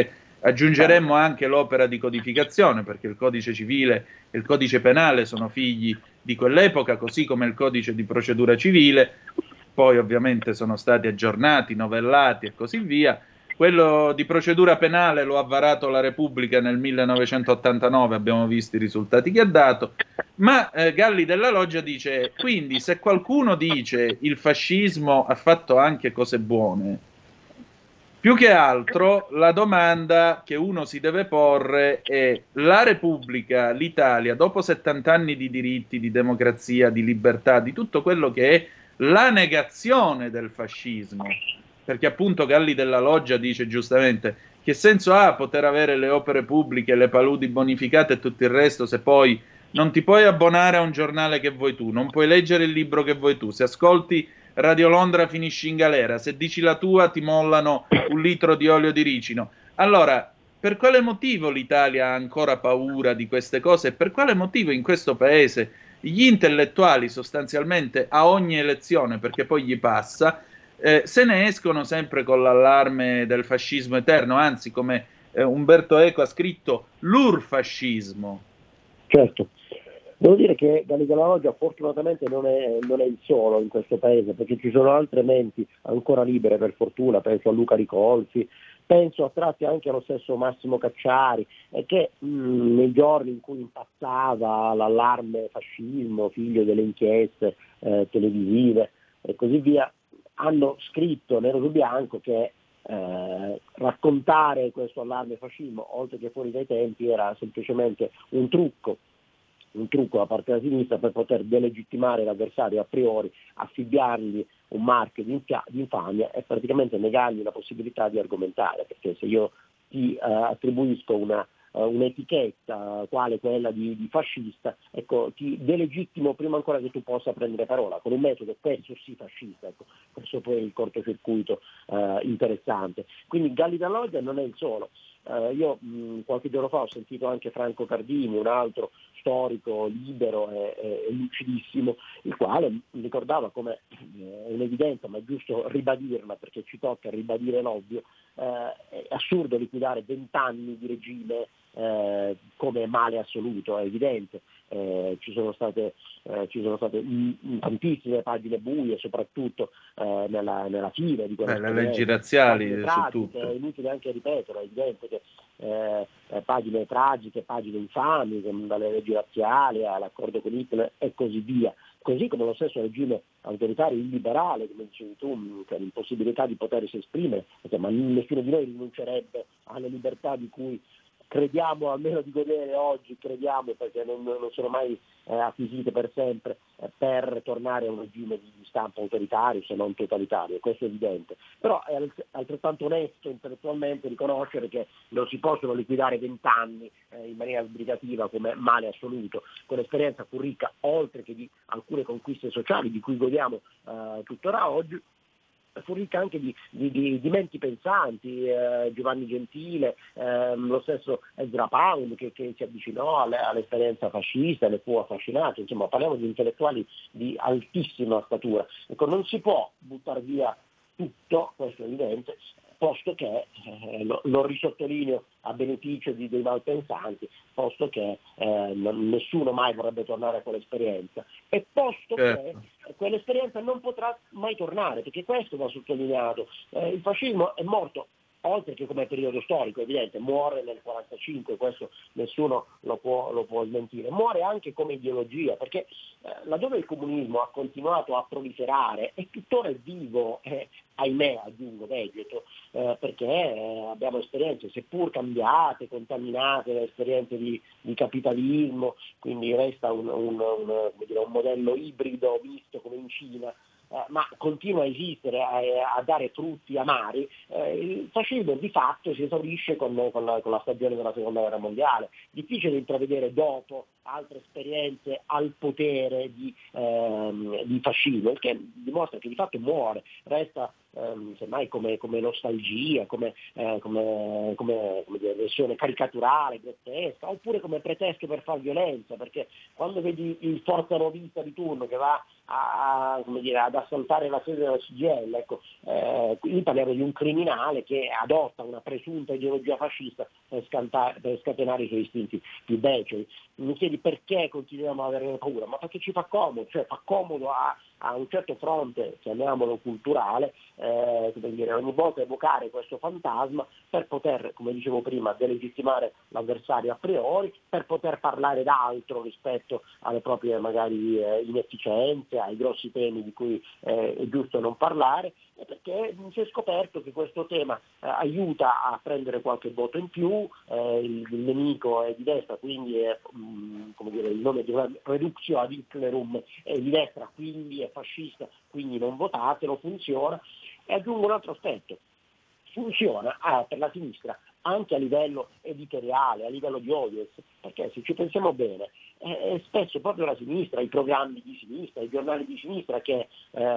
Aggiungeremmo anche l'opera di codificazione, perché il codice civile e il codice penale sono figli di quell'epoca, così come il codice di procedura civile, poi ovviamente sono stati aggiornati, novellati e così via. Quello di procedura penale lo ha varato la Repubblica nel 1989, abbiamo visto i risultati che ha dato, ma Galli della Loggia dice, quindi se qualcuno dice il fascismo ha fatto anche cose buone, più che altro la domanda che uno si deve porre è: la Repubblica, l'Italia, dopo 70 anni di diritti, di democrazia, di libertà, di tutto quello che è la negazione del fascismo, perché appunto Galli della Loggia dice giustamente: che senso ha poter avere le opere pubbliche, le paludi bonificate e tutto il resto se poi non ti puoi abbonare a un giornale che vuoi tu, non puoi leggere il libro che vuoi tu, se ascolti Radio Londra finisci in galera, se dici la tua ti mollano 1 litro di olio di ricino. Allora, per quale motivo l'Italia ha ancora paura di queste cose e per quale motivo in questo paese gli intellettuali sostanzialmente a ogni elezione, perché poi gli passa, se ne escono sempre con l'allarme del fascismo eterno, anzi, come Umberto Eco ha scritto, l'urfascismo. Certo. Devo dire che Galli della Loggia fortunatamente non è il solo in questo paese, perché ci sono altre menti ancora libere, per fortuna. Penso a Luca Ricolfi, penso a tratti anche allo stesso Massimo Cacciari, che nei giorni in cui impazzava l'allarme fascismo, figlio delle inchieste televisive e così via, hanno scritto nero su bianco che raccontare questo allarme fascismo, oltre che fuori dai tempi, era semplicemente un trucco da parte della sinistra per poter delegittimare l'avversario a priori, affibbiargli un marchio di infamia e praticamente negargli la possibilità di argomentare, perché se io ti attribuisco un'etichetta quale quella di fascista, ecco, ti delegittimo prima ancora che tu possa prendere parola, con un metodo penso sì fascista, ecco, questo poi è il cortocircuito interessante. Quindi Galli della Loggia non è il solo. Io qualche giorno fa ho sentito anche Franco Cardini, un altro storico libero e lucidissimo, il quale ricordava come è un'evidenza, ma è giusto ribadirla perché ci tocca ribadire l'ovvio, è assurdo liquidare 20 anni di regime come male assoluto, è evidente. Ci sono state tantissime pagine buie, soprattutto nella fine di quella le leggi razziali su tutto. È inutile anche ripetere, è evidente che pagine tragiche, pagine infami, dalle leggi razziali all'accordo con Hitler e così via, così come lo stesso regime autoritario illiberale, come dicevi tu, cioè l'impossibilità di potersi esprimere, ma nessuno di noi rinuncerebbe alle libertà di cui crediamo almeno di godere oggi, perché non sono mai acquisite per sempre, per tornare a un regime di stampo autoritario se non totalitario, questo è evidente. Però è altrettanto onesto intellettualmente riconoscere che non si possono liquidare 20 anni in maniera sbrigativa come male assoluto, con esperienza fu ricca, oltre che di alcune conquiste sociali di cui godiamo tuttora oggi, fu ricca anche di menti pensanti, Giovanni Gentile, lo stesso Ezra Pound che si avvicinò all'esperienza fascista e ne fu affascinato. Insomma, parliamo di intellettuali di altissima statura. Ecco, non si può buttare via tutto, questo è evidente, posto che, lo risottolineo a beneficio dei malpensanti, posto che nessuno mai vorrebbe tornare a quell'esperienza e posto che quell'esperienza non potrà mai tornare, perché questo va sottolineato. Il fascismo è morto, oltre che come periodo storico, evidente, muore nel 1945, questo nessuno lo può smentire, muore anche come ideologia, perché laddove il comunismo ha continuato a proliferare e tuttora è vivo, ahimè aggiungo vegeto, perché abbiamo esperienze seppur cambiate, contaminate da esperienze di capitalismo, quindi resta un modello ibrido misto come in Cina, ma continua a esistere, a dare frutti amari. Il fascismo di fatto si esaurisce con la stagione della seconda guerra mondiale. Difficile intravedere dopo altre esperienze al potere di fascismo, il che dimostra che di fatto muore, resta semmai come nostalgia, come versione caricaturale, grottesca, oppure come pretesto per far violenza, perché quando vedi il forzanovista di turno che va ad assaltare la sede della CGIL, ecco, qui parliamo di un criminale che adotta una presunta ideologia fascista per scatenare i suoi istinti più beceri. Mi chiedi perché continuiamo ad avere paura? Ma perché ci fa comodo, cioè fa comodo a un certo fronte, chiamiamolo culturale, ogni volta evocare questo fantasma per poter, come dicevo prima, delegittimare l'avversario a priori, per poter parlare d'altro rispetto alle proprie magari inefficienze, ai grossi temi di cui è giusto non parlare, e perché si è scoperto che questo tema aiuta a prendere qualche voto in più, il nemico è di destra, quindi è, il nome di una reductio ad Hitlerum è di destra, quindi è fascista, quindi non votatelo, funziona. E aggiungo un altro aspetto, funziona per la sinistra anche a livello editoriale, a livello di audience, perché se ci pensiamo bene, è spesso proprio la sinistra, i programmi di sinistra, i giornali di sinistra che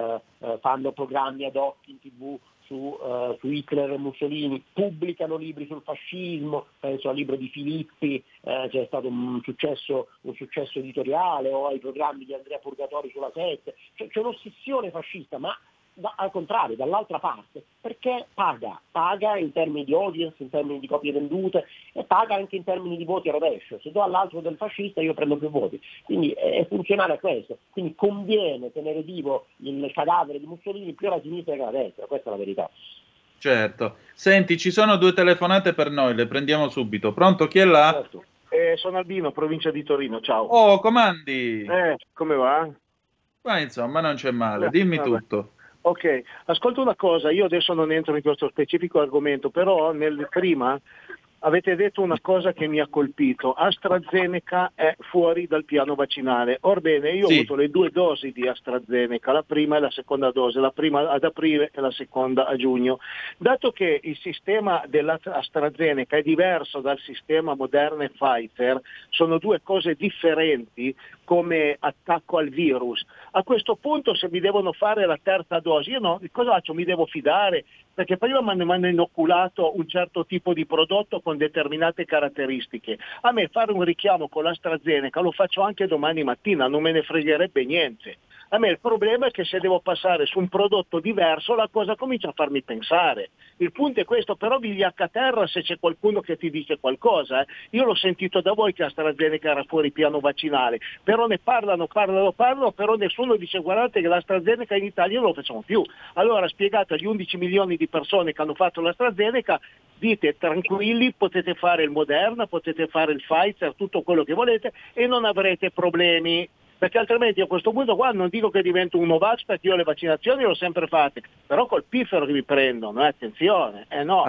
fanno programmi ad hoc in TV su Hitler e Mussolini, pubblicano libri sul fascismo, penso al libro di Filippi, c'è stato un successo editoriale, o ai programmi di Andrea Purgatori sulla 7, c'è un'ossessione fascista, ma al contrario, dall'altra parte, perché paga in termini di audience, in termini di copie vendute, e paga anche in termini di voti a rovescio. Se do all'altro del fascista io prendo più voti, quindi è funzionale a questo, quindi conviene tenere vivo il cadavere di Mussolini più alla sinistra che alla destra, questa è la verità. Certo. Senti, ci sono 2 telefonate per noi, le prendiamo subito. Pronto, chi è là? Certo. Sono Albino, provincia di Torino, ciao. Oh, comandi? Come va? Ma insomma, non c'è male, dimmi tutto. Ok, ascolta una cosa, io adesso non entro in questo specifico argomento, però prima avete detto una cosa che mi ha colpito: AstraZeneca è fuori dal piano vaccinale. Orbene, io ho avuto le 2 dosi di AstraZeneca, la prima e la seconda dose, la prima ad aprile e la seconda a giugno. Dato che il sistema dell'AstraZeneca è diverso dal sistema Moderna e Pfizer, sono 2 cose differenti come attacco al virus. A questo punto, se mi devono fare la terza dose, io no, cosa faccio? Mi devo fidare? Perché prima mi hanno inoculato un certo tipo di prodotto con determinate caratteristiche. A me fare un richiamo con l'AstraZeneca lo faccio anche domani mattina, non me ne fregherebbe niente. A me il problema è che se devo passare su un prodotto diverso la cosa comincia a farmi pensare. Il punto è questo, però vigliacca a terra se c'è qualcuno che ti dice qualcosa. Io l'ho sentito da voi che AstraZeneca era fuori piano vaccinale, però ne parlano, però nessuno dice guardate che l'AstraZeneca in Italia non lo facciamo più. Allora spiegate agli 11 milioni di persone che hanno fatto l'AstraZeneca, dite tranquilli, potete fare il Moderna, potete fare il Pfizer, tutto quello che volete e non avrete problemi. Perché altrimenti a questo punto qua non dico che divento un Novax, perché io le vaccinazioni le ho sempre fatte, però col piffero che mi prendono, attenzione. No,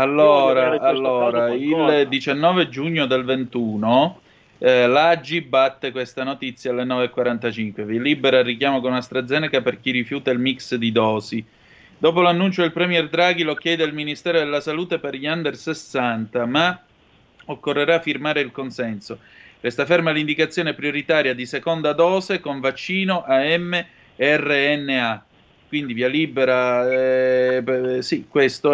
allora il 19 giugno del 21 l'AGI batte questa notizia alle 9.45, vi libera il richiamo con AstraZeneca per chi rifiuta il mix di dosi. Dopo l'annuncio del Premier Draghi lo chiede il Ministero della Salute per gli under 60, ma occorrerà firmare il consenso. Resta ferma l'indicazione prioritaria di seconda dose con vaccino AM e RNA. Quindi via libera, sì, questo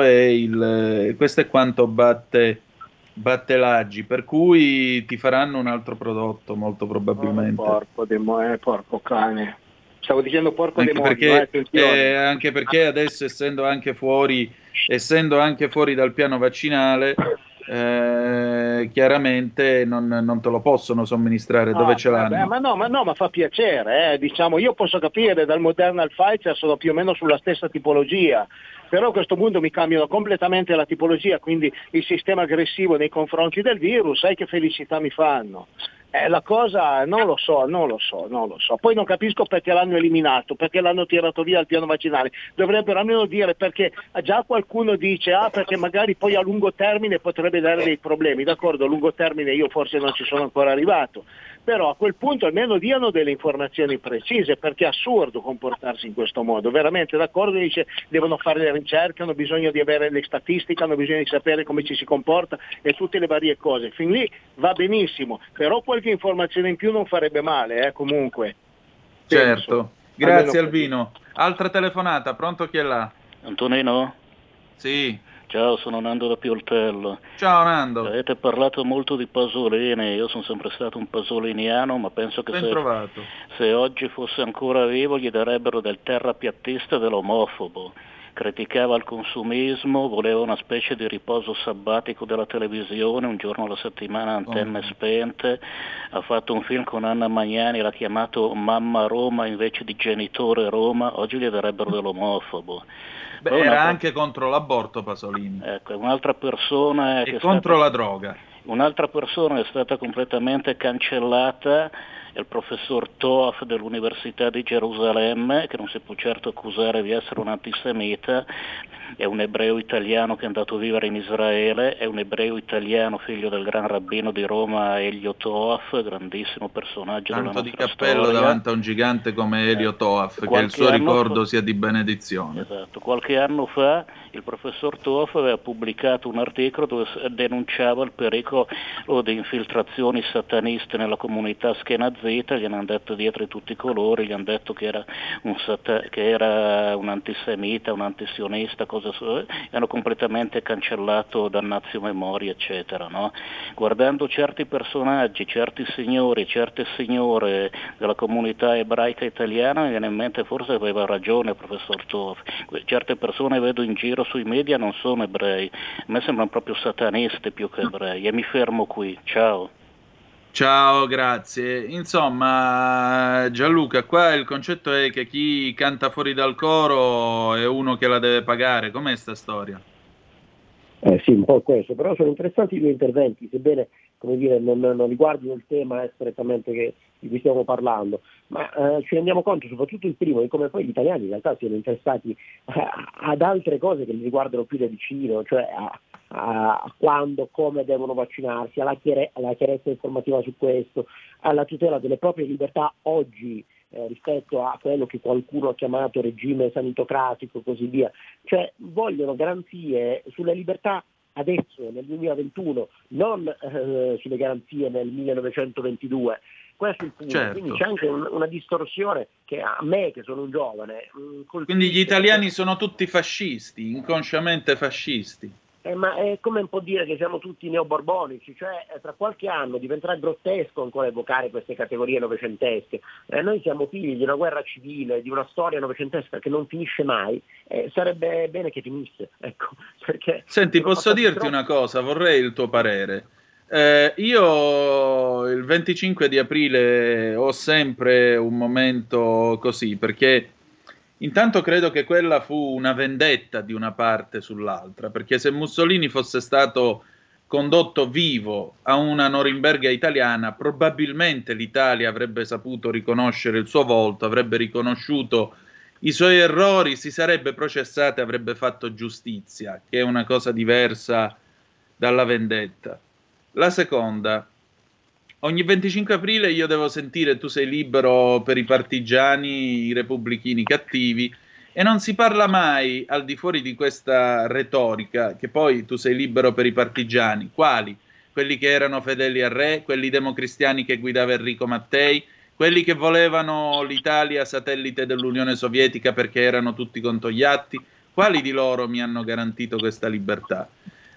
è quanto batte l'AGI, per cui ti faranno un altro prodotto molto probabilmente. Porco cane. Stavo dicendo porco anche demonio, anche perché adesso essendo anche fuori dal piano vaccinale, chiaramente non te lo possono somministrare dove ce l'hanno. Ma fa piacere, diciamo, io posso capire, dal Moderna al Pfizer sono più o meno sulla stessa tipologia, però a questo punto mi cambiano completamente la tipologia, quindi il sistema aggressivo nei confronti del virus, sai che felicità mi fanno. La cosa non lo so. Poi non capisco perché l'hanno eliminato, perché l'hanno tirato via il piano vaccinale. Dovrebbero almeno dire, perché già qualcuno dice perché magari poi a lungo termine potrebbe dare dei problemi. D'accordo, a lungo termine io forse non ci sono ancora arrivato, però a quel punto almeno diano delle informazioni precise, perché è assurdo comportarsi in questo modo. Veramente, d'accordo, dice devono fare le ricerche, hanno bisogno di avere le statistiche, hanno bisogno di sapere come ci si comporta e tutte le varie cose. Fin lì va benissimo, però qualche informazione in più non farebbe male, comunque. Certo. Grazie Albino. Altra telefonata, pronto, chi è là? Antonino? Sì. Ciao, sono Nando da Pioltello. Ciao Nando. Avete parlato molto di Pasolini, io sono sempre stato un pasoliniano, ma penso che se oggi fosse ancora vivo gli darebbero del terrapiattista e dell'omofobo. Criticava il consumismo, voleva una specie di riposo sabbatico della televisione, un giorno alla settimana antenne spente, ha fatto un film con Anna Magnani, l'ha chiamato Mamma Roma invece di Genitore Roma, oggi gli darebbero dell'omofobo. Beh, era anche contro l'aborto Pasolini. Ecco, un'altra persona e contro la droga. Un'altra persona è stata completamente cancellata, è il professor Toaf dell'Università di Gerusalemme, che non si può certo accusare di essere un antisemita, è un ebreo italiano che è andato a vivere in Israele, è un ebreo italiano figlio del gran rabbino di Roma Elio Toaf, grandissimo personaggio della nostra storia. Tanto di cappello davanti a un gigante come Elio Toaf, che il suo ricordo sia di benedizione. Esatto, qualche anno fa il professor Toaf aveva pubblicato un articolo dove denunciava il pericolo di infiltrazioni sataniste nella comunità skenazita, gli hanno detto dietro di tutti i colori, gli hanno detto che era un antisemita, un antisionista, hanno completamente cancellato Damnatio Memoriae, eccetera, no? Guardando certi personaggi, certi signori, certe signore della comunità ebraica italiana, mi viene in mente forse aveva ragione il professor Toff. Certe persone vedo in giro sui media non sono ebrei, a me sembrano proprio satanisti più che ebrei, e mi fermo qui, ciao. Ciao, grazie. Insomma, Gianluca, qua il concetto è che chi canta fuori dal coro è uno che la deve pagare. Com'è sta storia? Sì, un po' questo, però sono interessanti i due interventi, sebbene come dire, non riguardino il tema strettamente di cui stiamo parlando, ma ci rendiamo conto, soprattutto il primo, di come poi gli italiani in realtà siano interessati ad altre cose che li riguardano più da vicino, cioè a quando, come devono vaccinarsi, alla chiarezza informativa su questo, alla tutela delle proprie libertà oggi rispetto a quello che qualcuno ha chiamato regime sanitocratico e così via. Cioè vogliono garanzie sulle libertà adesso, nel 2021, non sulle garanzie nel 1922. Questo è il punto. Certo. Quindi c'è anche una distorsione che a me, che sono un giovane... Quindi gli italiani sono tutti fascisti, inconsciamente fascisti. Ma è come un po' dire che siamo tutti neoborbonici, cioè tra qualche anno diventerà grottesco ancora evocare queste categorie novecentesche. Noi siamo figli di una guerra civile, di una storia novecentesca che non finisce mai, sarebbe bene che finisse. Ecco, perché senti, posso dirti una cosa, vorrei il tuo parere. Io il 25 di aprile ho sempre un momento così, perché intanto credo che quella fu una vendetta di una parte sull'altra, perché se Mussolini fosse stato condotto vivo a una Norimberga italiana, probabilmente l'Italia avrebbe saputo riconoscere il suo volto, avrebbe riconosciuto i suoi errori, si sarebbe processata e avrebbe fatto giustizia, che è una cosa diversa dalla vendetta. La seconda, ogni 25 aprile io devo sentire tu sei libero per i partigiani, i repubblichini cattivi, e non si parla mai, al di fuori di questa retorica, che poi tu sei libero per i partigiani. Quali? Quelli che erano fedeli al re, quelli democristiani che guidava Enrico Mattei, quelli che volevano l'Italia satellite dell'Unione Sovietica perché erano tutti contogliatti. Quali di loro mi hanno garantito questa libertà?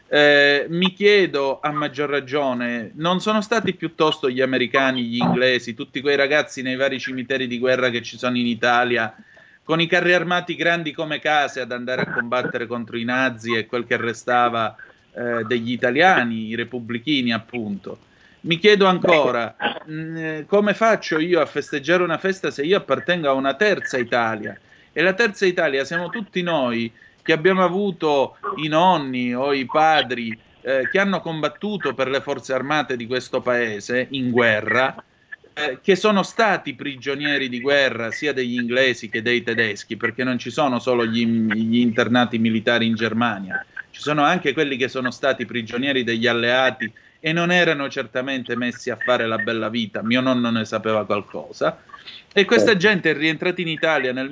Mi chiedo a maggior ragione, non sono stati piuttosto gli americani, gli inglesi, tutti quei ragazzi nei vari cimiteri di guerra che ci sono in Italia, con i carri armati grandi come case ad andare a combattere contro i nazi e quel che restava degli italiani, i repubblichini appunto. Mi chiedo ancora, come faccio io a festeggiare una festa se io appartengo a una terza Italia? E la terza Italia siamo tutti noi che abbiamo avuto i nonni o i padri che hanno combattuto per le forze armate di questo paese in guerra, che sono stati prigionieri di guerra sia degli inglesi che dei tedeschi, perché non ci sono solo gli internati militari in Germania, ci sono anche quelli che sono stati prigionieri degli alleati e non erano certamente messi a fare la bella vita. Mio nonno ne sapeva qualcosa. E questa gente è rientrata in Italia nel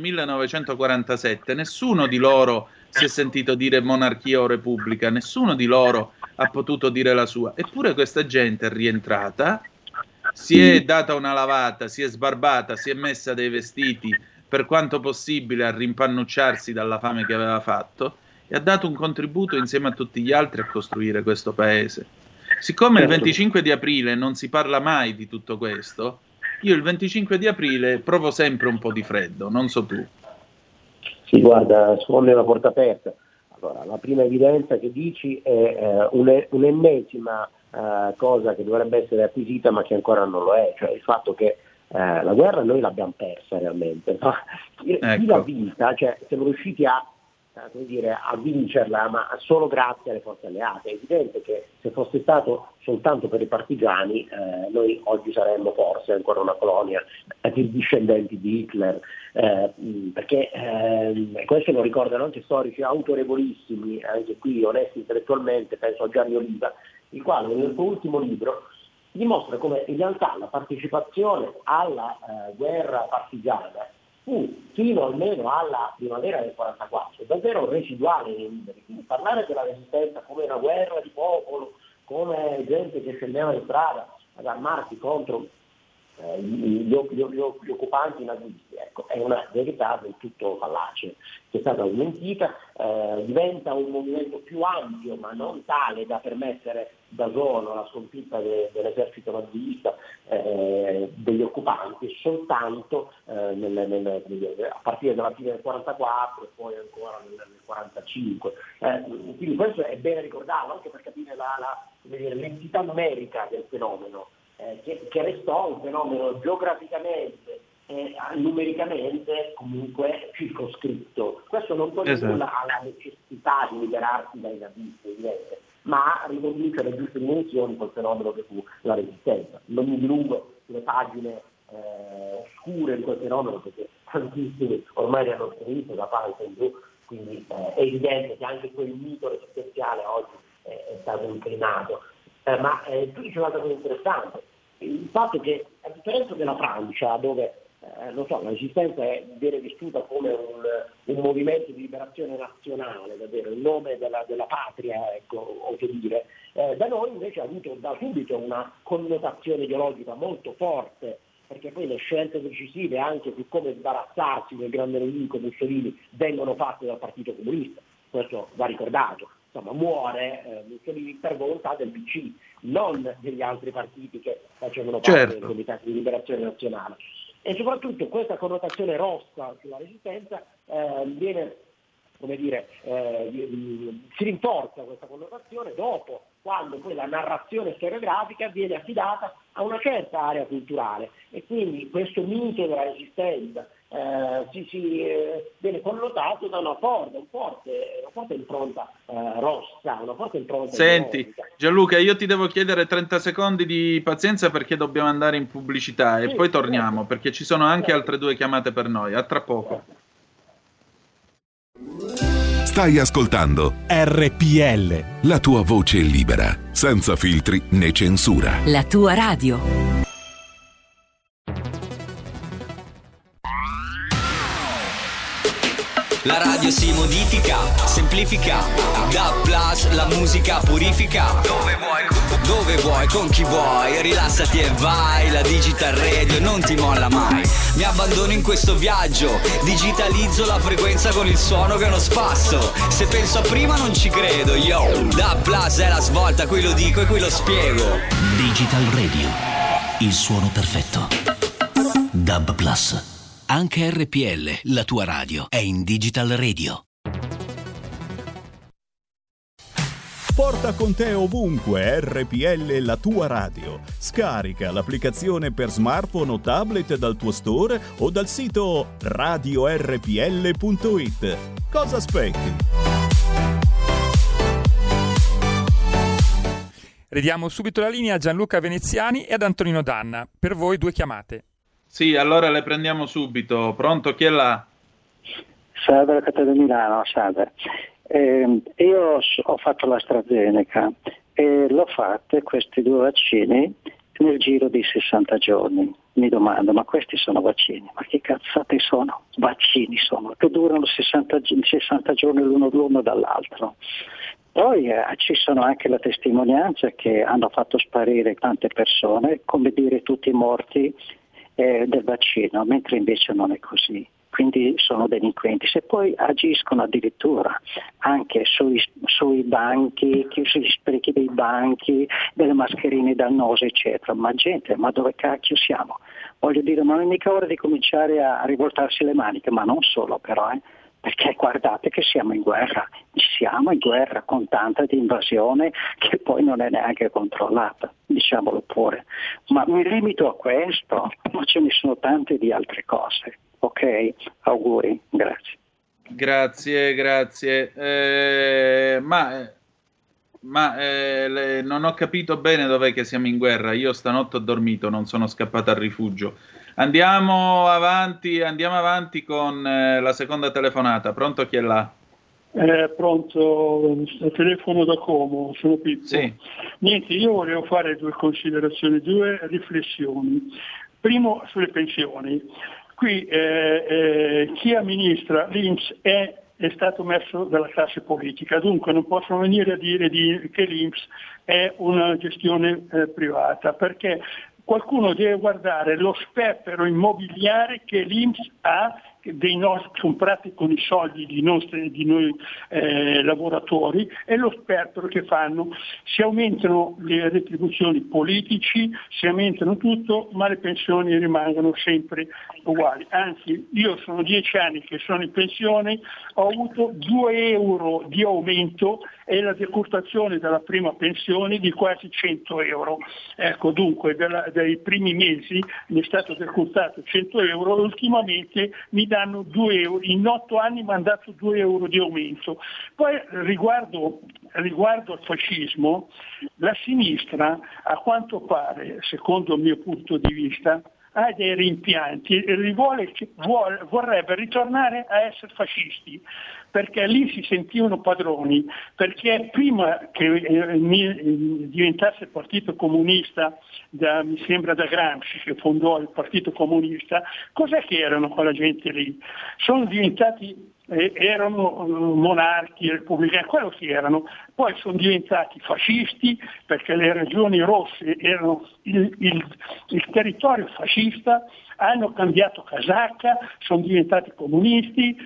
1947, nessuno di loro si è sentito dire monarchia o repubblica, nessuno di loro ha potuto dire la sua, eppure questa gente è rientrata, si è data una lavata, si è sbarbata, si è messa dei vestiti per quanto possibile a rimpannucciarsi dalla fame che aveva fatto, e ha dato un contributo insieme a tutti gli altri a costruire questo paese. Siccome il 25 di aprile non si parla mai di tutto questo, io il 25 di aprile provo sempre un po' di freddo, non so tu. Sì, guarda, sfondi una porta aperta. Allora, la prima evidenza che dici è un'ennesima cosa che dovrebbe essere acquisita ma che ancora non lo è, cioè il fatto che la guerra noi l'abbiamo persa realmente, no? Chi l'ha vinta, cioè siamo riusciti a vincerla, ma solo grazie alle forze alleate. È evidente che se fosse stato soltanto per i partigiani noi oggi saremmo forse ancora una colonia di discendenti di Hitler, perché questo lo ricordano anche storici autorevolissimi, anche qui onesti intellettualmente, penso a Gianni Oliva, il quale nel suo ultimo libro dimostra come in realtà la partecipazione alla guerra partigiana fu fino almeno alla primavera del 44 davvero residuale nei libri. Quindi parlare della resistenza come una guerra di popolo, come gente che scendeva in strada ad armarsi contro gli occupanti nazisti, ecco, è una verità del tutto fallace, che è stata smentita, diventa un movimento più ampio ma non tale da permettere da solo la sconfitta dell'esercito nazista, degli occupanti, soltanto a partire dalla fine del 44 e poi ancora nel 45. Quindi questo è bene ricordarlo anche per capire l'entità numerica del fenomeno, che restò un fenomeno geograficamente e numericamente comunque circoscritto. Questo non toglie nulla alla necessità di liberarsi dai nazisti, evidente, ma riconduce le giuste dimensioni col fenomeno che fu la resistenza. Non mi dilungo sulle pagine oscure di quel fenomeno, perché tantissimi ormai ne hanno scritto da parte in giù, quindi è evidente che anche quel mito resistenziale oggi è stato inclinato. Ma tu dicevi una cosa interessante, il fatto che a differenza della Francia, dove la resistenza viene vissuta come un movimento di liberazione nazionale, davvero il nome della patria, ecco, oso dire, da noi invece ha avuto da subito una connotazione ideologica molto forte, perché poi le scelte decisive anche su come sbarazzarsi del grande nemico Mussolini vengono fatte dal Partito Comunista, questo va ricordato. Insomma, muore Mussolini per volontà del PC, non degli altri partiti che facevano parte del Comitato di Liberazione Nazionale. E soprattutto questa connotazione rossa sulla resistenza viene, si rinforza questa connotazione dopo, quando poi la narrazione storiografica viene affidata a una certa area culturale, e quindi questo mito della resistenza viene connotato da una forte impronta rossa, una forte impronta. Senti, ideologica. Gianluca, io ti devo chiedere 30 secondi di pazienza perché dobbiamo andare in pubblicità e poi torniamo, perché ci sono anche altre 2 chiamate per noi. A tra poco. Stai ascoltando RPL, la tua voce libera, senza filtri né censura. La tua radio. La radio si modifica, semplifica, da plus la musica purifica. Dove vuoi, con chi vuoi, rilassati e vai. La Digital Radio non ti molla mai. Mi abbandono in questo viaggio, digitalizzo la frequenza con il suono che è uno spasso. Se penso a prima non ci credo, yo. Da plus è la svolta, qui lo dico e qui lo spiego. Digital Radio, il suono perfetto. Dub Plus. Anche RPL, la tua radio, è in Digital Radio. Porta con te ovunque RPL, la tua radio. Scarica l'applicazione per smartphone o tablet dal tuo store o dal sito radiorpl.it. Cosa aspetti? Ridiamo subito la linea a Gianluca Veneziani e ad Antonino Danna. Per voi 2 chiamate. Sì, allora le prendiamo subito. Pronto? Chi è là? Salve, Catena di Milano, salve. Io ho fatto l'AstraZeneca e l'ho fatte questi 2 vaccini nel giro di 60 giorni. Mi domando, ma questi sono vaccini? Ma che cazzate sono? Vaccini sono, che durano 60 giorni l'uno dall'altro. Poi ci sono anche le testimonianze che hanno fatto sparire tante persone, come dire tutti morti del vaccino, mentre invece non è così. quindi sono delinquenti. Se poi agiscono addirittura anche sui banchi, sugli sprechi dei banchi, delle mascherine dannose eccetera, ma dove cacchio siamo? Voglio dire, ma non è mica ora di cominciare a rivoltarsi le maniche, ma non solo però, perché guardate che siamo in guerra con tanta di invasione che poi non è neanche controllata, diciamolo pure. Ma mi limito a questo, ma ce ne sono tante di altre cose. Ok, auguri, grazie. Grazie. Non ho capito bene dov'è che siamo in guerra. Io stanotte ho dormito, non sono scappato al rifugio. Andiamo avanti con la seconda telefonata. Pronto, chi è là? Pronto, telefono da Como, sono Pippo. Sì. Niente, io volevo fare due considerazioni, due riflessioni. Primo, sulle pensioni. Qui chi amministra l'INPS è stato messo dalla classe politica, dunque non possono venire a dire che l'INPS è una gestione privata, perché qualcuno deve guardare lo sperpero immobiliare che l'INPS ha comprati con i soldi di noi lavoratori, e lo sperpero che fanno. Si aumentano le retribuzioni politici, si aumentano tutto, ma le pensioni rimangono sempre uguali. Anzi, io sono 10 anni che sono in pensione, ho avuto 2 euro di aumento e la decurtazione della prima pensione di quasi 100 euro. Ecco, dunque dai primi mesi mi è stato decurtato 100 euro, ultimamente mi danno 2 euro, in 8 anni mi hanno dato 2 euro di aumento. Poi riguardo al fascismo, la sinistra, a quanto pare, secondo il mio punto di vista, ha dei rimpianti e vorrebbe ritornare a essere fascisti, perché lì si sentivano padroni, perché prima che diventasse il Partito Comunista, mi sembra da Gramsci che fondò il Partito Comunista, cos'è che erano quella gente lì? Sono diventati erano monarchi, repubblicani, quello che erano, poi sono diventati fascisti perché le regioni rosse erano il territorio fascista, hanno cambiato casacca, sono diventati comunisti,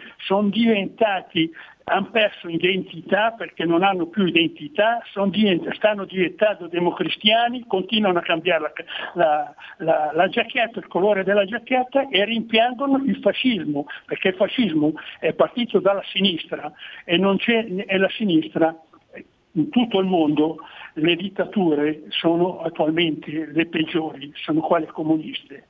hanno perso identità perché non hanno più identità, stanno diventando democristiani, continuano a cambiare la giacchetta, il colore della giacchetta, e rimpiangono il fascismo, perché il fascismo è partito dalla sinistra e la sinistra in tutto il mondo. Le dittature sono attualmente le peggiori, sono quelle comuniste.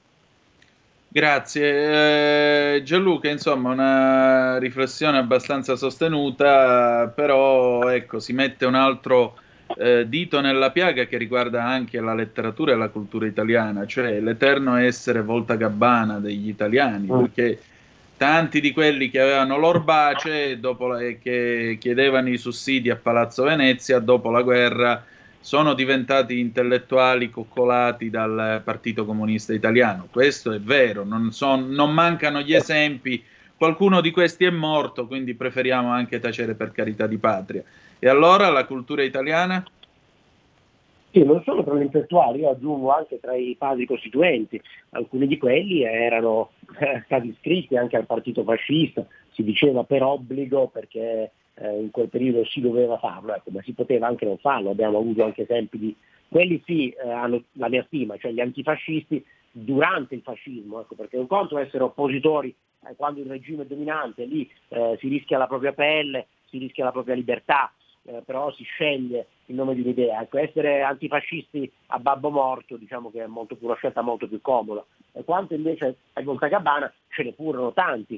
Grazie. Gianluca, insomma, una riflessione abbastanza sostenuta, però ecco, si mette un altro dito nella piaga che riguarda anche la letteratura e la cultura italiana, cioè l'eterno essere voltagabbana degli italiani, perché tanti di quelli che avevano l'orbace che chiedevano i sussidi a Palazzo Venezia dopo la guerra sono diventati intellettuali coccolati dal Partito Comunista Italiano. Questo è vero, non mancano gli esempi, qualcuno di questi è morto, quindi preferiamo anche tacere per carità di patria. E allora la cultura italiana? Sì, non solo tra gli intellettuali, io aggiungo anche tra i padri costituenti, alcuni di quelli erano stati iscritti anche al partito fascista, si diceva per obbligo perché in quel periodo si doveva farlo, ecco, ma si poteva anche non farlo, abbiamo avuto anche esempi di quelli sì, hanno la mia stima, cioè gli antifascisti durante il fascismo, ecco, perché un conto è essere oppositori quando il regime è dominante, lì si rischia la propria pelle, si rischia la propria libertà, però si sceglie in nome di un'idea, ecco, essere antifascisti a babbo morto diciamo che è una scelta molto più comoda, quanto invece a Voltagabbana ce ne furono tanti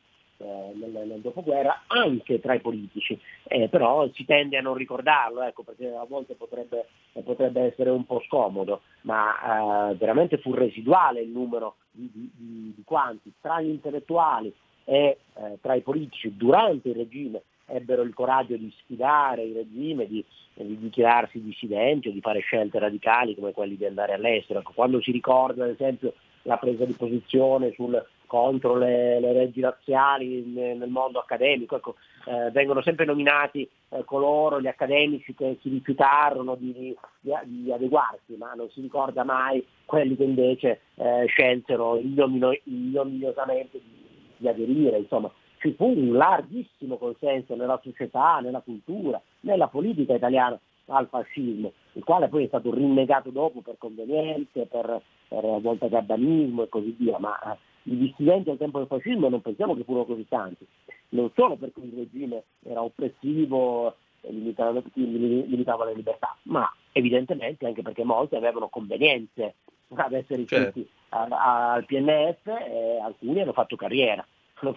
nel dopoguerra anche tra i politici, però si tende a non ricordarlo, ecco, perché a volte potrebbe essere un po' scomodo, ma veramente fu residuale il numero di quanti tra gli intellettuali e tra i politici durante il regime ebbero il coraggio di sfidare il regime, di dichiararsi dissidenti o di fare scelte radicali come quelli di andare all'estero. Ecco, quando si ricorda ad esempio la presa di posizione contro le leggi razziali nel mondo accademico, ecco, vengono sempre nominati gli accademici che si rifiutarono di adeguarsi, ma non si ricorda mai quelli che invece scelsero ignominiosamente di aderire, insomma. Ci fu un larghissimo consenso nella società, nella cultura, nella politica italiana al fascismo, il quale poi è stato rinnegato dopo per convenienze, per voltagabanismo e così via, ma i dissidenti al tempo del fascismo non pensiamo che furono così tanti, non solo perché il regime era oppressivo e limitava le libertà, ma evidentemente anche perché molti avevano convenienze ad essere iscritti al PNF e alcuni hanno fatto carriera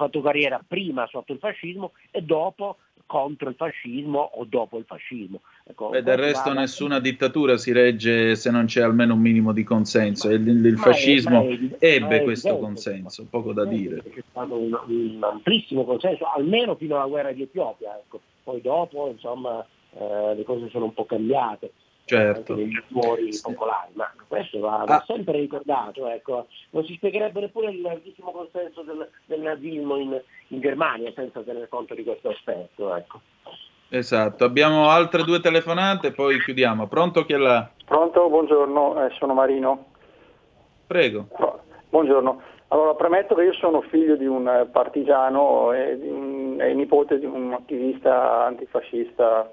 prima sotto il fascismo e dopo contro il fascismo o dopo il fascismo. Ecco, del resto nessuna dittatura si regge se non c'è almeno un minimo di consenso, il fascismo ebbe questo consenso, poco da dire. C'è stato un amplissimo consenso, almeno fino alla guerra di Etiopia, ecco. Poi dopo insomma le cose sono un po' cambiate. Certo. Negli fuori popolari, ma questo va sempre ricordato, ecco. Non si spiegherebbe neppure il larghissimo consenso del nazismo in Germania senza tener conto di questo aspetto, ecco. Esatto, abbiamo altre 2 telefonate, poi chiudiamo. Pronto, chi è là? Pronto, buongiorno, sono Marino. Prego. Buongiorno. Allora, premetto che io sono figlio di un partigiano e nipote di un attivista antifascista.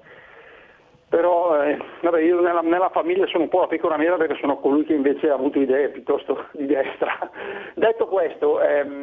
Però io nella famiglia sono un po' la pecora nera perché sono colui che invece ha avuto idee piuttosto di destra. Detto questo,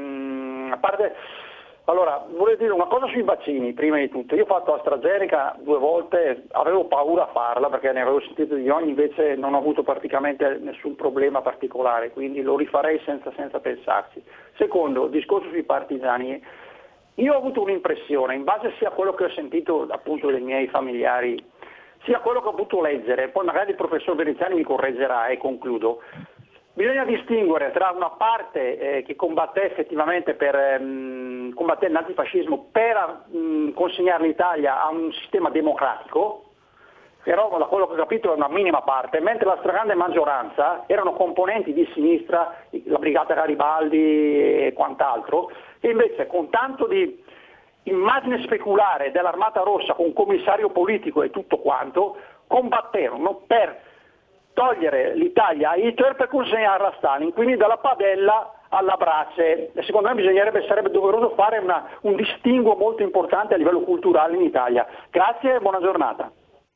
a parte, allora volevo dire una cosa sui vaccini prima di tutto. Io ho fatto AstraZeneca 2 volte, avevo paura a farla perché ne avevo sentito di ogni, invece non ho avuto praticamente nessun problema particolare, quindi lo rifarei senza pensarci. Secondo, discorso sui partigiani, io ho avuto un'impressione, in base sia a quello che ho sentito appunto dai miei familiari, sia quello che ho potuto leggere, poi magari il professor Veriziani mi correggerà e concludo. Bisogna distinguere tra una parte che combatté effettivamente combatté il nazifascismo per consegnare l'Italia a un sistema democratico, però da quello che ho capito è una minima parte, mentre la stragrande maggioranza erano componenti di sinistra, la brigata Garibaldi e quant'altro, e invece con tanto di immagine speculare dell'Armata Rossa con un commissario politico e tutto quanto, combatterono per togliere l'Italia a Hitler per consegnarla a Stalin, quindi dalla padella alla brace. E secondo me sarebbe doveroso fare un distinguo molto importante a livello culturale in Italia. Grazie e buona giornata.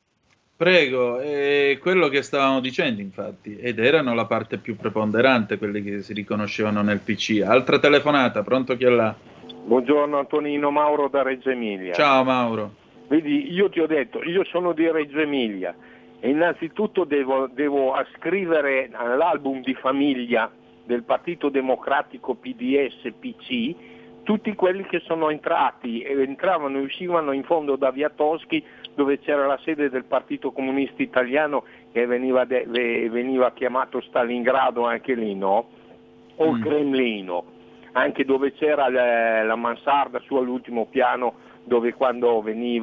Prego, è quello che stavamo dicendo infatti, ed erano la parte più preponderante, quelli che si riconoscevano nel PC. Altra telefonata, pronto, chi è là? Buongiorno Antonino, Mauro da Reggio Emilia. Ciao Mauro. Vedi, io ti ho detto, io sono di Reggio Emilia e innanzitutto devo ascrivere all'album di famiglia del Partito Democratico PDS PC tutti quelli che sono entrati e entravano e uscivano in fondo da Via Toschi, dove c'era la sede del Partito Comunista Italiano, che veniva chiamato Stalingrado anche lì, no? O il Cremlino, anche dove c'era la mansarda su all'ultimo piano, dove quando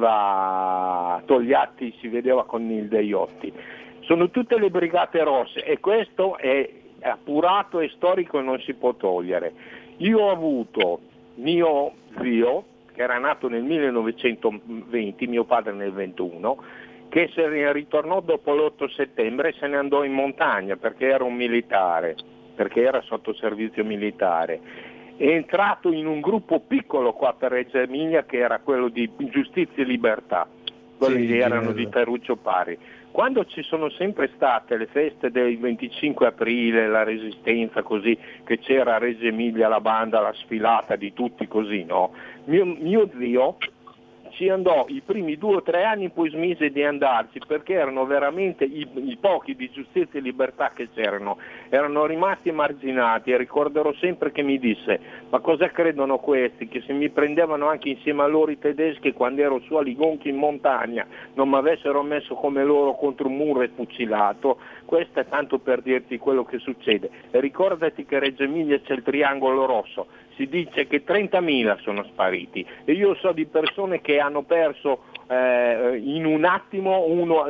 veniva Togliatti si vedeva con il Deiotti. Sono tutte le brigate rosse e questo è appurato e storico e non si può togliere. Io ho avuto mio zio, che era nato nel 1920, mio padre nel 21, che se ne ritornò dopo l'8 settembre e se ne andò in montagna perché era un militare, perché era sotto servizio militare. È entrato in un gruppo piccolo qua per Reggio Emilia che era quello di Giustizia e Libertà, quelli che erano di Ferruccio Pari. Quando ci sono sempre state le feste del 25 aprile, la Resistenza, così, che c'era a Reggio Emilia la banda, la sfilata di tutti così, no? Mio zio ci andò i primi 2 o 3 anni, poi smise di andarci perché erano veramente i pochi di Giustizia e Libertà che c'erano, erano rimasti emarginati e ricorderò sempre che mi disse: ma cosa credono questi, che se mi prendevano anche insieme a loro i tedeschi quando ero su a Ligonchi in montagna non mi avessero messo come loro contro un muro e fucilato? Questo è tanto per dirti quello che succede. E ricordati che a Reggio Emilia c'è il triangolo rosso, si dice che 30.000 sono spariti e io so di persone che hanno perso in un attimo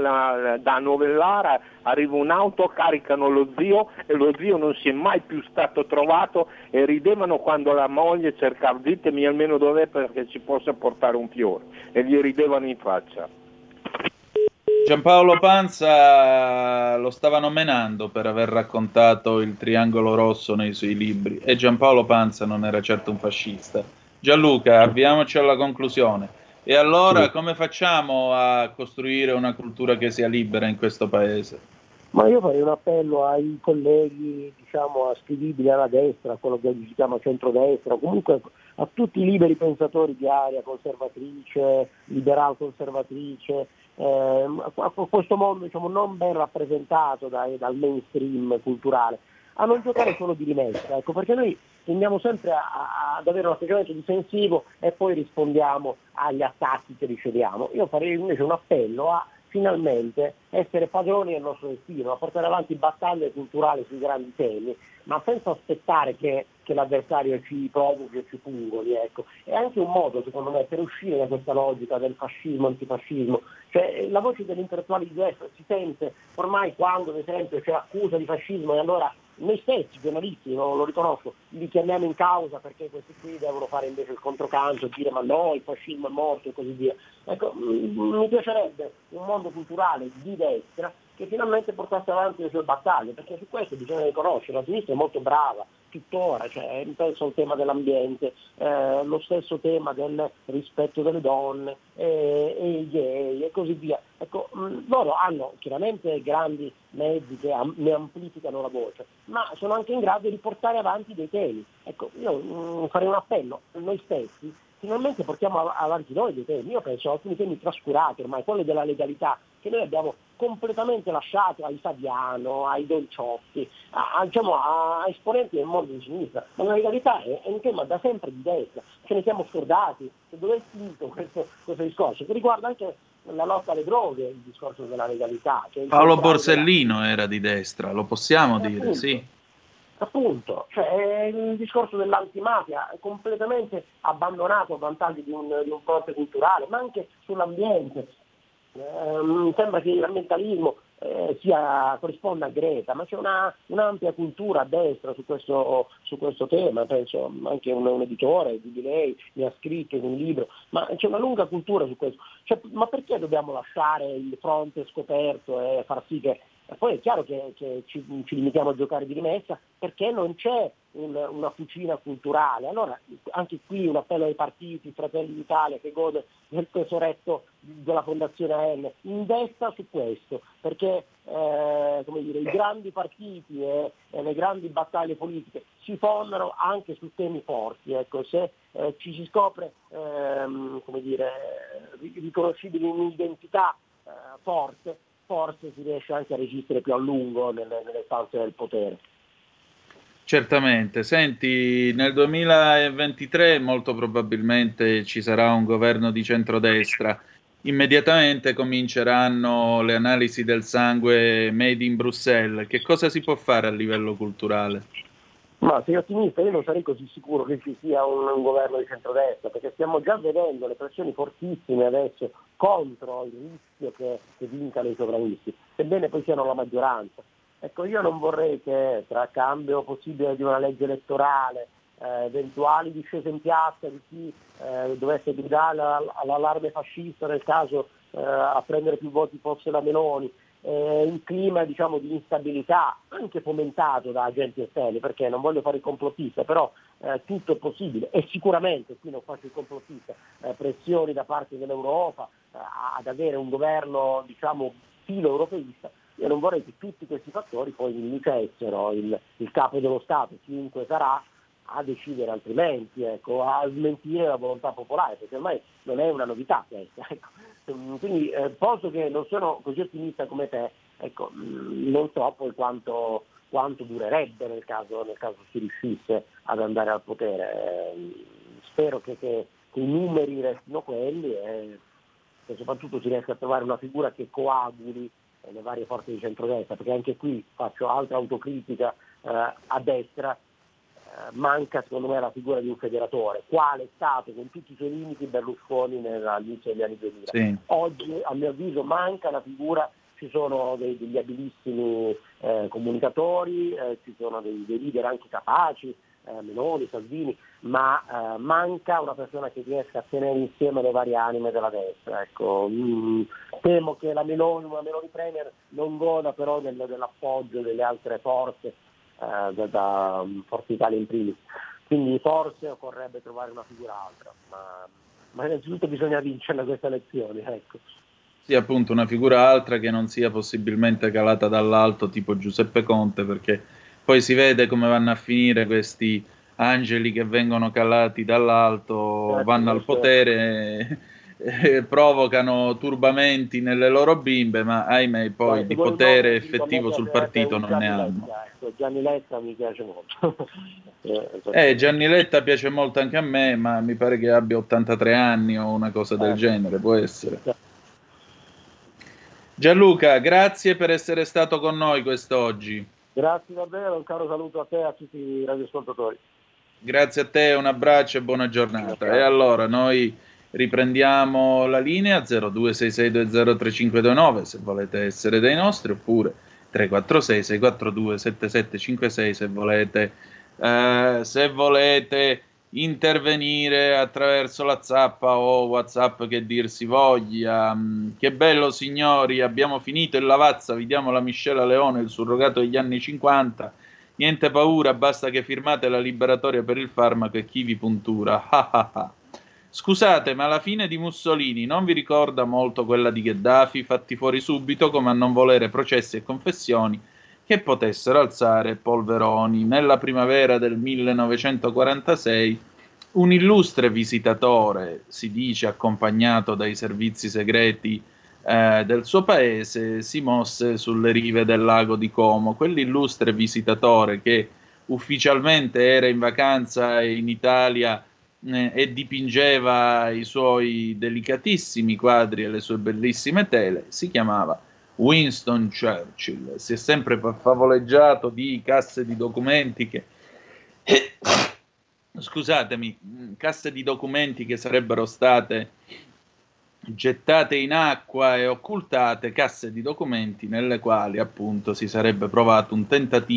da Novellara arriva un'auto, caricano lo zio e lo zio non si è mai più stato trovato e ridevano quando la moglie cercava: ditemi almeno dov'è perché ci possa portare un fiore, e gli ridevano in faccia. Giampaolo Pansa lo stavano menando per aver raccontato il triangolo rosso nei suoi libri, e Giampaolo Pansa non era certo un fascista. Gianluca, avviamoci alla conclusione. E allora come facciamo a costruire una cultura che sia libera in questo paese? Ma io farei un appello ai colleghi, diciamo, ascrivibili alla destra, a quello che oggi si chiama centrodestra, comunque a tutti i liberi pensatori di area conservatrice, liberal conservatrice, a questo mondo, diciamo, non ben rappresentato dal mainstream culturale, a non giocare solo di rimessa, ecco, perché noi tendiamo sempre ad avere un atteggiamento difensivo e poi rispondiamo agli attacchi che riceviamo. Io farei invece un appello a finalmente essere padroni del nostro destino, a portare avanti battaglie culturali sui grandi temi, ma senza aspettare che l'avversario ci provochi o ci pungoli, ecco. È anche un modo, secondo me, per uscire da questa logica del fascismo, antifascismo. Cioè, la voce degli intellettuali di destra si sente ormai quando, ad esempio, c'è accusa di fascismo, e allora noi stessi, giornalisti, lo riconosco, li chiamiamo in causa perché questi qui devono fare invece il controcanto, dire ma no, il fascismo è morto e così via. Ecco, mi piacerebbe un mondo culturale di destra che finalmente portasse avanti le sue battaglie, perché su questo bisogna riconoscere, la sinistra è molto brava, tuttora, cioè, penso al tema dell'ambiente, lo stesso tema del rispetto delle donne, e i gay e così via. Ecco, loro hanno chiaramente grandi mezzi che ne amplificano la voce, ma sono anche in grado di portare avanti dei temi. Ecco, io farei un appello a noi stessi, finalmente portiamo avanti noi dei temi. Io penso a alcuni temi trascurati ormai, quello della legalità, che noi abbiamo completamente lasciato ai Fabiano, ai Don Ciotti, a esponenti del mondo di sinistra. Ma la legalità è un tema da sempre di destra, ce ne siamo scordati. Se dove è finito questo discorso, che riguarda anche la lotta alle droghe, il discorso della legalità. Paolo Borsellino era di destra, lo possiamo dire, appunto, sì. Appunto, cioè il discorso dell'antimafia è completamente abbandonato a vantaggio di un fronte culturale, ma anche sull'ambiente. Mi sembra che l'ambientalismo corrisponda a Greta, ma c'è un'ampia cultura a destra su questo tema. Penso anche un editore di lei ne ha scritto in un libro, ma c'è una lunga cultura su questo. Cioè, ma perché dobbiamo lasciare il fronte scoperto e far sì che... Poi è chiaro che ci limitiamo a giocare di rimessa perché non c'è una fucina culturale. Allora anche qui un appello ai partiti, Fratelli d'Italia, che gode del tesoretto della Fondazione AN, investa su questo, perché i grandi partiti e le grandi battaglie politiche si fondano anche su temi forti. Ecco, se ci si scopre riconoscibile un'identità forte, forse si riesce anche a resistere più a lungo nelle stanze del potere. Certamente. Senti, nel 2023 molto probabilmente ci sarà un governo di centrodestra. Immediatamente cominceranno le analisi del sangue made in Bruxelles. Che cosa si può fare a livello culturale? Ma sei ottimista, io non sarei così sicuro che ci sia un governo di centrodestra, perché stiamo già vedendo le pressioni fortissime adesso contro il rischio che vincano i sovranisti, sebbene poi siano la maggioranza. Ecco, io non vorrei che tra cambio possibile di una legge elettorale, eventuali discese in piazza di chi dovesse gridare all'allarme fascista nel caso a prendere più voti fosse la Meloni, un clima di instabilità anche fomentato da agenti esterni, perché non voglio fare il complottista, però tutto è possibile, e sicuramente qui non faccio il complottista, pressioni da parte dell'Europa ad avere un governo filo europeista. Io non vorrei che tutti questi fattori poi inducessero il capo dello Stato, chiunque sarà, a decidere altrimenti, ecco, a smentire la volontà popolare, perché ormai non è una novità questa. Ecco. Quindi posto che non sono così ottimista come te, ecco, non so poi quanto durerebbe nel caso si riuscisse ad andare al potere. Spero che i numeri restino quelli e che soprattutto si riesca a trovare una figura che coaguli le varie forze di centrodestra, perché anche qui faccio altra autocritica a destra. Manca secondo me la figura di un federatore, quale è stato con tutti i suoi limiti Berlusconi all'inizio degli anni 2000. Sì. Oggi a mio avviso manca la figura, ci sono degli abilissimi comunicatori, ci sono dei leader anche capaci, Meloni, Salvini, ma manca una persona che riesca a tenere insieme le varie anime della destra. Ecco, temo che una Meloni Premier non goda però dell'appoggio delle altre forze, da Forza Italia in primis, quindi forse occorrerebbe trovare una figura altra, ma innanzitutto bisogna vincere queste elezioni, ecco. Sì, appunto, una figura altra che non sia possibilmente calata dall'alto tipo Giuseppe Conte, perché poi si vede come vanno a finire questi angeli che vengono calati dall'alto, vanno al potere, provocano turbamenti nelle loro bimbe, ma ahimè poi di potere effettivo sul partito non ne hanno. Gianni Letta mi piace molto. Gianni Letta piace molto anche a me, ma mi pare che abbia 83 anni o una cosa del genere, può essere. Gianluca, grazie per essere stato con noi quest'oggi. Grazie davvero, un caro saluto a te e a tutti i radioascoltatori. Grazie a te, un abbraccio e buona giornata. E allora noi riprendiamo la linea 0266203529 se volete essere dei nostri, oppure 346 642 7756 se volete intervenire attraverso la zappa o WhatsApp che dir si voglia. Che bello signori, abbiamo finito il Lavazza, vi diamo la miscela Leone, il surrogato degli anni 50, niente paura, basta che firmate la liberatoria per il farmaco e chi vi puntura. Scusate, ma la fine di Mussolini non vi ricorda molto quella di Gheddafi, fatti fuori subito come a non volere processi e confessioni che potessero alzare polveroni. Nella primavera del 1946 un illustre visitatore, si dice accompagnato dai servizi segreti del suo paese, si mosse sulle rive del lago di Como. Quell'illustre visitatore che ufficialmente era in vacanza in Italia e dipingeva i suoi delicatissimi quadri e le sue bellissime tele, si chiamava Winston Churchill. Si è sempre favoleggiato di casse di documenti che casse di documenti che sarebbero state gettate in acqua e occultate, casse di documenti nelle quali appunto si sarebbe provato un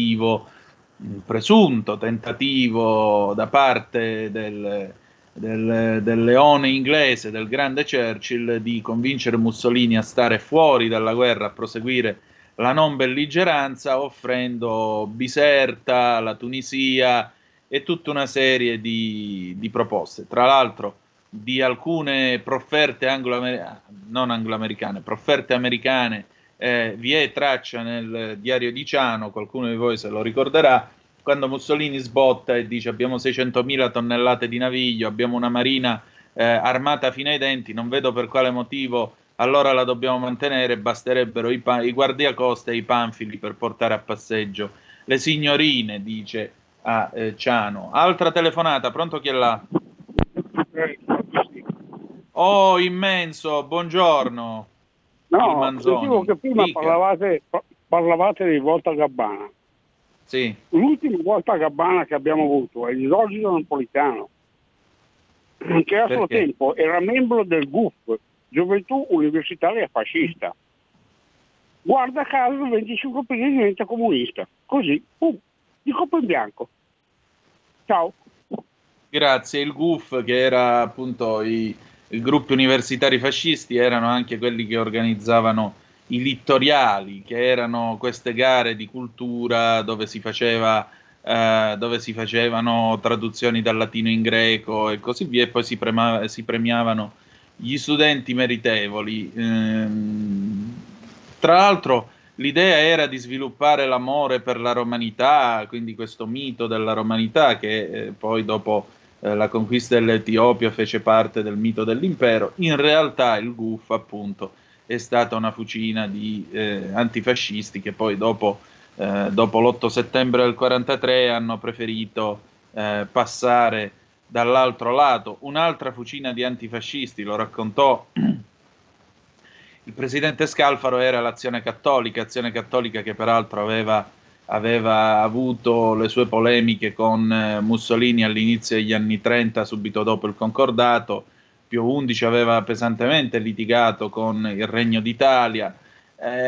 presunto tentativo da parte del leone inglese, del grande Churchill, di convincere Mussolini a stare fuori dalla guerra, a proseguire la non belligeranza, offrendo Biserta, la Tunisia e tutta una serie di proposte. Tra l'altro di alcune profferte profferte americane vi è traccia nel diario di Ciano, qualcuno di voi se lo ricorderà, quando Mussolini sbotta e dice abbiamo 600.000 tonnellate di naviglio, abbiamo una marina armata fino ai denti, non vedo per quale motivo allora la dobbiamo mantenere, basterebbero i guardiacoste e i panfili per portare a passeggio le signorine, dice a Ciano. Altra telefonata, pronto, chi è là? Oh, immenso, buongiorno. No, sentivo che prima parlavate di Volta Gabbana. Sì. L'ultima Volta Gabbana che abbiamo avuto è l'esordio napolitano, che a suo tempo era membro del GUF, Gioventù Universitaria Fascista. Guarda caso il 25 aprile diventa comunista. Così, di colpo in bianco. Ciao. Grazie. Il GUF, che era appunto i gruppi universitari fascisti, erano anche quelli che organizzavano i littoriali, che erano queste gare di cultura dove si facevano traduzioni dal latino in greco e così via, e poi si premiavano gli studenti meritevoli. Tra l'altro l'idea era di sviluppare l'amore per la romanità, quindi questo mito della romanità che poi dopo la conquista dell'Etiopia fece parte del mito dell'impero. In realtà il GUF appunto è stata una fucina di antifascisti che poi dopo l'8 settembre del 1943 hanno preferito passare dall'altro lato. Un'altra fucina di antifascisti, lo raccontò il presidente Scalfaro, era l'Azione Cattolica che peraltro aveva avuto le sue polemiche con Mussolini all'inizio degli anni 30, subito dopo il concordato. Pio XI aveva pesantemente litigato con il Regno d'Italia,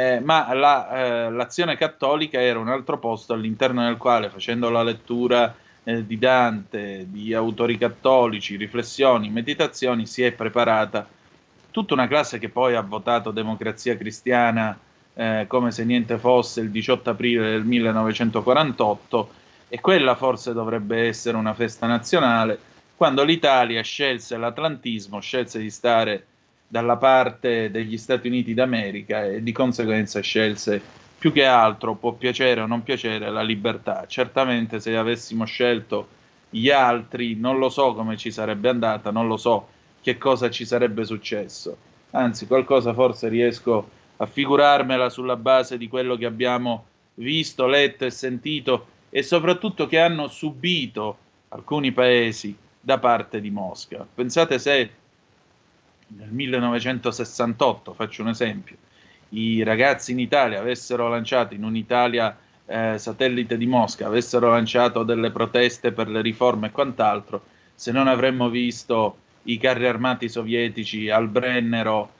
ma l'Azione Cattolica era un altro posto all'interno del quale, facendo la lettura di Dante, di autori cattolici, riflessioni, meditazioni, si è preparata tutta una classe che poi ha votato Democrazia Cristiana come se niente fosse il 18 aprile del 1948, e quella forse dovrebbe essere una festa nazionale, quando l'Italia scelse l'atlantismo, scelse di stare dalla parte degli Stati Uniti d'America e di conseguenza scelse più che altro, può piacere o non piacere, la libertà. Certamente se avessimo scelto gli altri non lo so come ci sarebbe andata, non lo so che cosa ci sarebbe successo, anzi qualcosa forse riesco a figurarmela sulla base di quello che abbiamo visto, letto e sentito, e soprattutto che hanno subito alcuni paesi da parte di Mosca. Pensate se nel 1968, faccio un esempio, i ragazzi in Italia avessero lanciato, in un'Italia satellite di Mosca, avessero lanciato delle proteste per le riforme e quant'altro, se non avremmo visto i carri armati sovietici al Brennero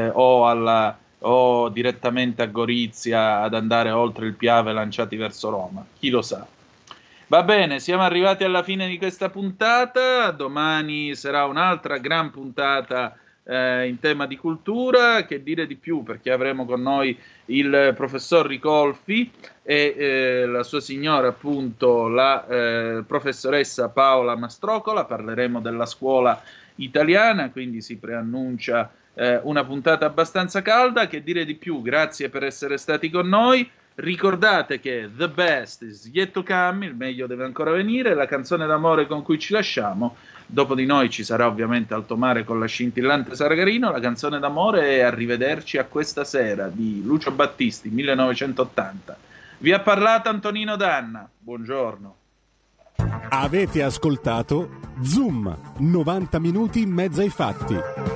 o direttamente a Gorizia ad andare oltre il Piave lanciati verso Roma, chi lo sa. Va bene, siamo arrivati alla fine di questa puntata, domani sarà un'altra gran puntata in tema di cultura, che dire di più, perché avremo con noi il professor Ricolfi e la sua signora, appunto, la professoressa Paola Mastrocola. Parleremo della scuola italiana, quindi si preannuncia una puntata abbastanza calda. Che dire di più, grazie per essere stati con noi. Ricordate che the best is yet to come, il meglio deve ancora venire, la canzone d'amore con cui ci lasciamo. Dopo di noi ci sarà ovviamente Alto Mare con la scintillante Saragarino. La canzone d'amore è Arrivederci a questa sera di Lucio Battisti, 1980. Vi ha parlato Antonino Danna, buongiorno. Avete ascoltato Zoom, 90 minuti in mezzo ai fatti.